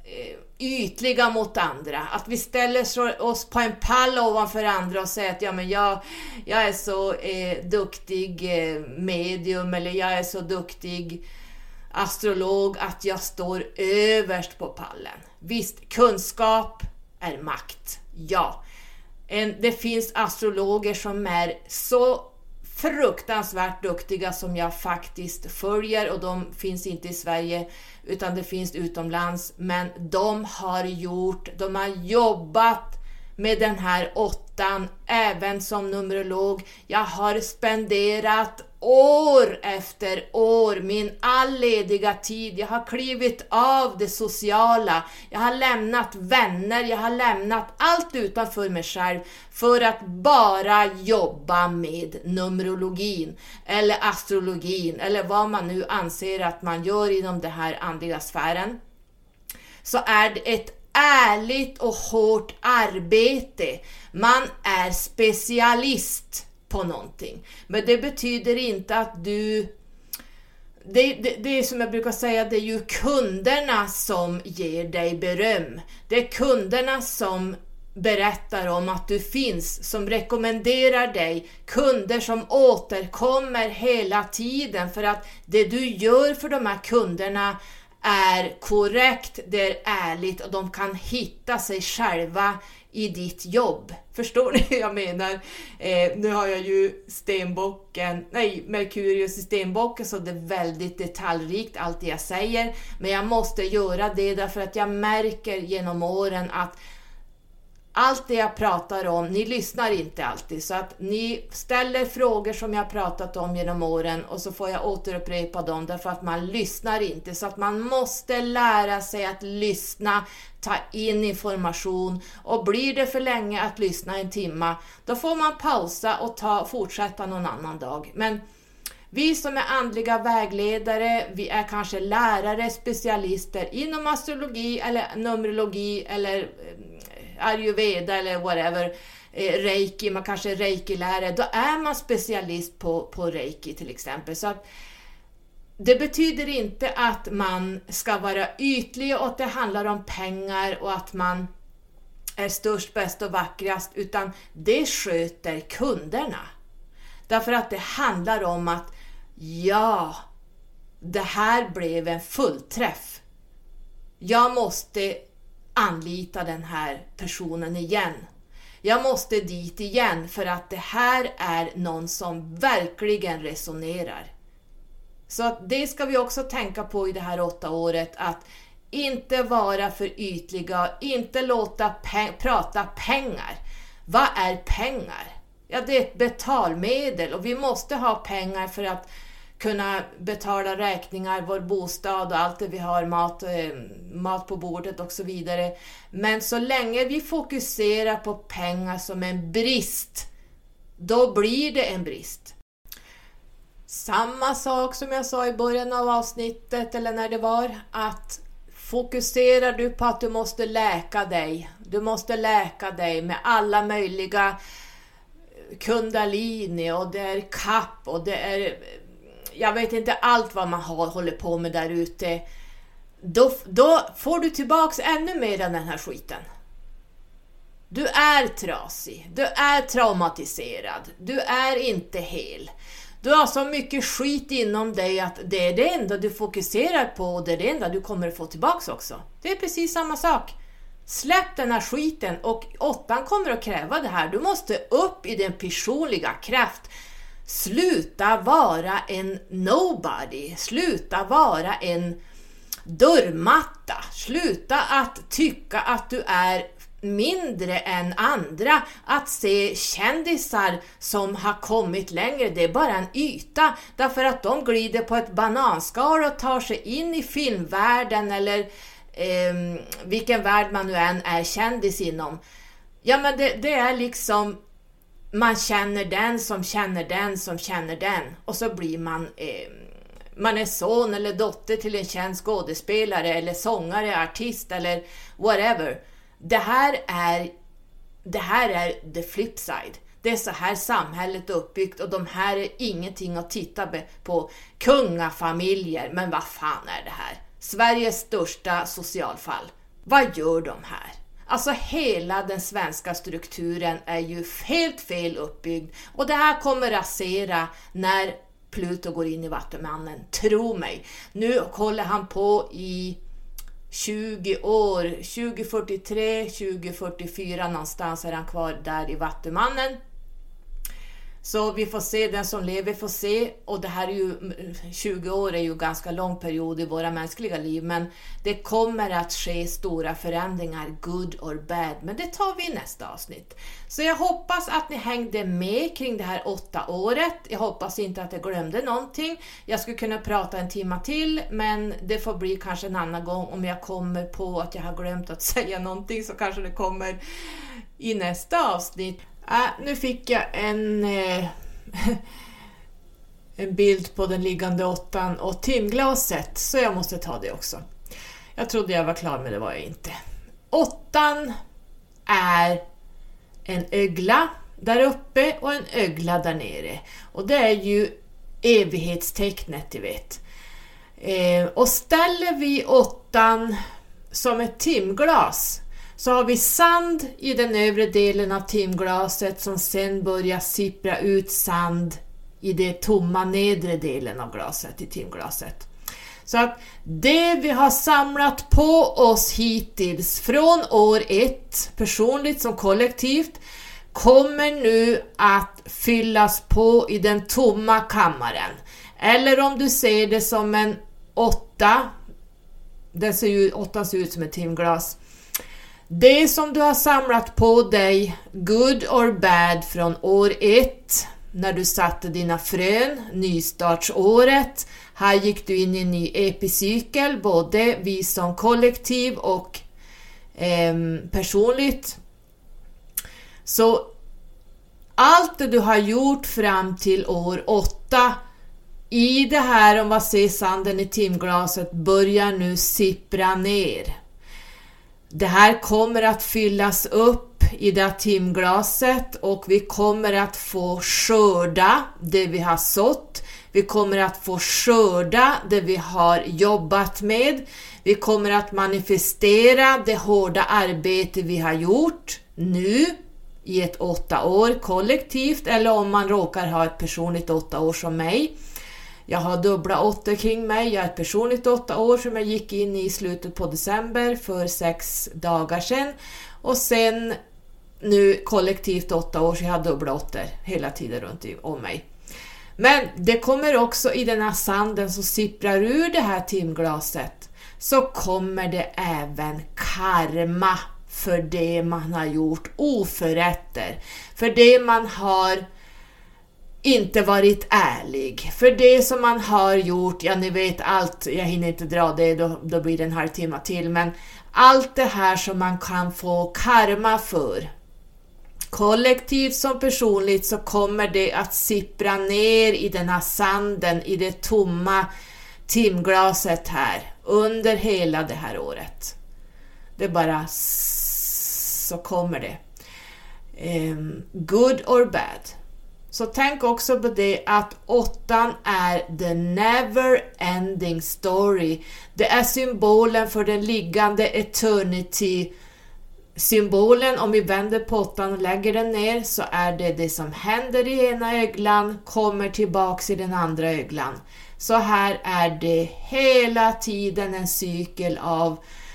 ytliga mot andra, att vi ställer oss på en pall ovanför andra och säger att ja, men jag, jag är så eh, duktig eh, medium, eller jag är så duktig astrolog att jag står överst på pallen. Visst, kunskap är makt, ja. En, det finns astrologer som är så fruktansvärt duktiga som jag faktiskt följer, och de finns inte i Sverige utan det finns utomlands, men de har gjort, de har jobbat med den här åttan även som numerolog. Jag har spenderat år efter år, min all lediga tid. Jag har klivit av det sociala. Jag har lämnat vänner. Jag har lämnat allt utanför mig själv för att bara jobba med numerologin eller astrologin eller vad man nu anser att man gör inom det här andliga sfären. Så är det ett ärligt och hårt arbete. Man är specialist på någonting. Men det betyder inte att du... Det, det, det är som jag brukar säga, det är ju kunderna som ger dig beröm. Det är kunderna som berättar om att du finns, som rekommenderar dig. Kunder som återkommer hela tiden, för att det du gör för de här kunderna är korrekt, det är ärligt och de kan hitta sig själva i ditt jobb. Förstår ni hur jag menar? Eh, nu har jag ju stenbocken, nej, Merkurius i stenbocken, så det är väldigt detaljrikt allt det jag säger. Men jag måste göra det därför att jag märker genom åren att allt det jag pratar om, ni lyssnar inte alltid, så att ni ställer frågor som jag pratat om genom åren och så får jag återupprepa dem därför att man lyssnar inte, så att man måste lära sig att lyssna, ta in information, och blir det för länge att lyssna en timme, då får man pausa och ta, fortsätta någon annan dag. Men vi som är andliga vägledare, vi är kanske lärare, specialister inom astrologi eller numerologi eller ayurveda eller whatever, eh, reiki, man kanske är reiki-lärare, då är man specialist på, på reiki till exempel. Så att det betyder inte att man ska vara ytlig och att det handlar om pengar och att man är störst, bäst och vackrast, utan det sköter kunderna. Därför att det handlar om att ja, det här blev en fullträff. Jag måste anlita den här personen igen. Jag måste dit igen för att det här är någon som verkligen resonerar. Så att det ska vi också tänka på i det här åtta året, att inte vara för ytliga, inte låta pe- prata pengar. Vad är pengar? Ja, det är ett betalmedel och vi måste ha pengar för att kunna betala räkningar, vår bostad och allt det vi har, mat, eh, mat på bordet och så vidare. Men så länge vi fokuserar på pengar som en brist, då blir det en brist. Samma sak som jag sa i början av avsnittet, eller när det var, att fokuserar du på att du måste läka dig, du måste läka dig med alla möjliga kundalini och det är kapp och det är, jag vet inte allt vad man har, håller på med där ute, då, då får du tillbaks ännu mer än den här skiten. Du är trasig, du är traumatiserad, du är inte hel. Du har så mycket skit inom dig att det är det enda du fokuserar på och det är det enda du kommer att få tillbaks också. Det är precis samma sak. Släpp den här skiten och åttan kommer att kräva det här. Du måste upp i din personliga kraft. Sluta vara en nobody. Sluta vara en dörrmatta. Sluta att tycka att du är mindre än andra, att se kändisar som har kommit längre, det är bara en yta, därför att de glider på ett bananskal och tar sig in i filmvärlden eller eh, vilken värld man nu än är kändis inom. Ja, men det, det är liksom, man känner den som känner den som känner den, och så blir man eh, man är son eller dotter till en känd skådespelare eller sångare, artist eller whatever. Det här är det här är the flip side. Det är så här samhället är uppbyggt och de här är ingenting att titta på. Kungafamiljer, men vad fan är det här? Sveriges största socialfall. Vad gör de här? Alltså hela den svenska strukturen är ju helt fel uppbyggd och det här kommer rasera när Pluto går in i Vattumannen. Tro mig. Nu håller han på i tjugo år, tjugo fyrtiotre, tjugo fyrtiofyra någonstans är han kvar där i Vattumannen. Så vi får se, den som lever får se, och det här är ju, tjugo år är ju ganska lång period i våra mänskliga liv, men det kommer att ske stora förändringar, good or bad, men det tar vi i nästa avsnitt. Så jag hoppas att ni hängde med kring det här åtta året, jag hoppas inte att jag glömde någonting, jag skulle kunna prata en timme till, men det får bli kanske en annan gång. Om jag kommer på att jag har glömt att säga någonting så kanske det kommer i nästa avsnitt. Äh, nu fick jag en, eh, en bild på den liggande åttan och timglaset, så jag måste ta det också. Jag trodde jag var klar, men det var jag inte. Åttan är en ögla där uppe och en ögla där nere. Och det är ju evighetstecknet, du vet. Eh, och ställer vi åttan som ett timglas, så har vi sand i den övre delen av timglaset som sen börjar sippra ut sand i den tomma nedre delen av glaset, i timglaset. Så att det vi har samlat på oss hittills från år ett, personligt som kollektivt, kommer nu att fyllas på i den tomma kammaren. Eller om du ser det som en åtta, den ser ju, åttan ser ut som ett timglas. Det som du har samlat på dig, good or bad, från år ett, när du satte dina frön, nystartsåret. Här gick du in i en ny epicykel, både vi som kollektiv och eh, personligt. Så allt det du har gjort fram till år åtta i det här, om vad säger sanden i timglaset, börjar nu sippra ner. Det här kommer att fyllas upp i det timglaset och vi kommer att få skörda det vi har sått. Vi kommer att få skörda det vi har jobbat med. Vi kommer att manifestera det hårda arbete vi har gjort nu i ett åtta år kollektivt, eller om man råkar ha ett personligt åtta år som mig. Jag har dubbla åttor kring mig. Jag har ett personligt åtta år som jag gick in i slutet på december för sex dagar sedan. Och sen nu kollektivt åtta år, så jag har dubbla åttor hela tiden runt om mig. Men det kommer också i den här sanden som sipprar ur det här timglaset, så kommer det även karma för det man har gjort, oförrätter. För det man har inte varit ärlig. För det som man har gjort, ja ni vet allt, jag hinner inte dra det, då, då blir det en halvtimme till. Men allt det här som man kan få karma för, kollektivt som personligt, så kommer det att sippra ner i den här sanden, i det tomma timglaset här, under hela det här året. Det bara så kommer det. Um, good or bad. Så tänk också på det att åttan är the never ending story. Det är symbolen för den liggande eternity. Symbolen, om vi vänder på åttan och lägger den ner, så är det det som händer i ena öglan kommer tillbaks i den andra öglan. Så här är det hela tiden en cykel av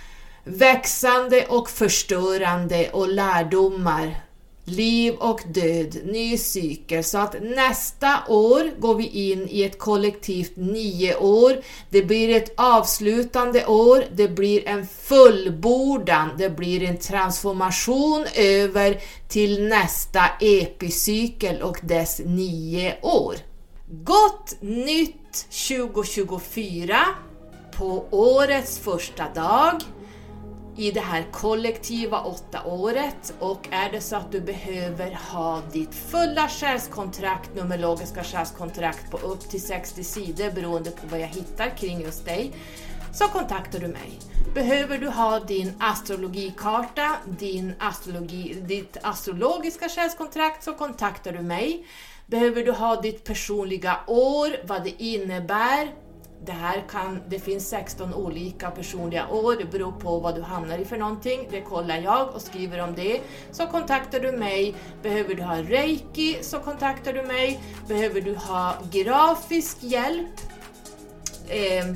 växande och förstörande och lärdomar. Liv och död, ny cykel. Så att nästa år går vi in i ett kollektivt nio år. Det blir ett avslutande år. Det blir en fullbordan. Det blir en transformation över till nästa epicykel och dess nio år. Gott nytt tjugo tjugofyra på årets första dag i det här kollektiva åtta året. Och är det så att du behöver ha ditt fulla själskontrakt, numerologiska själskontrakt på upp till sextio sidor beroende på vad jag hittar kring just dig, så kontaktar du mig. Behöver du ha din astrologikarta, din astrologi, ditt astrologiska själskontrakt, så kontaktar du mig. Behöver du ha ditt personliga år, vad det innebär. Det här kan, det finns sexton olika personliga år, det beror på vad du hamnar i för någonting. Det kollar jag och skriver om det. Så kontaktar du mig. Behöver du ha reiki, så kontaktar du mig. Behöver du ha grafisk hjälp, eh,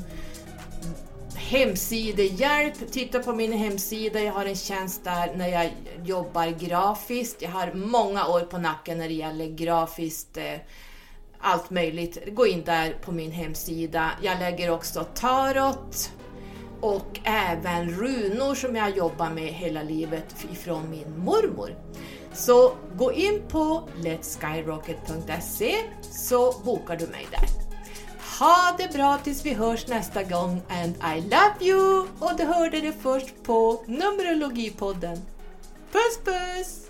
hemsidehjälp, titta på min hemsida. Jag har en tjänst där när jag jobbar grafiskt. Jag har många år på nacken när det gäller grafiskt, eh, allt möjligt. Gå in där på min hemsida. Jag lägger också tarot och även runor som jag jobbar med hela livet ifrån min mormor. Så gå in på lets skyrocket punkt se så bokar du mig där. Ha det bra tills vi hörs nästa gång, and I love you! Och du hörde det först på Numerologipodden. Puss puss!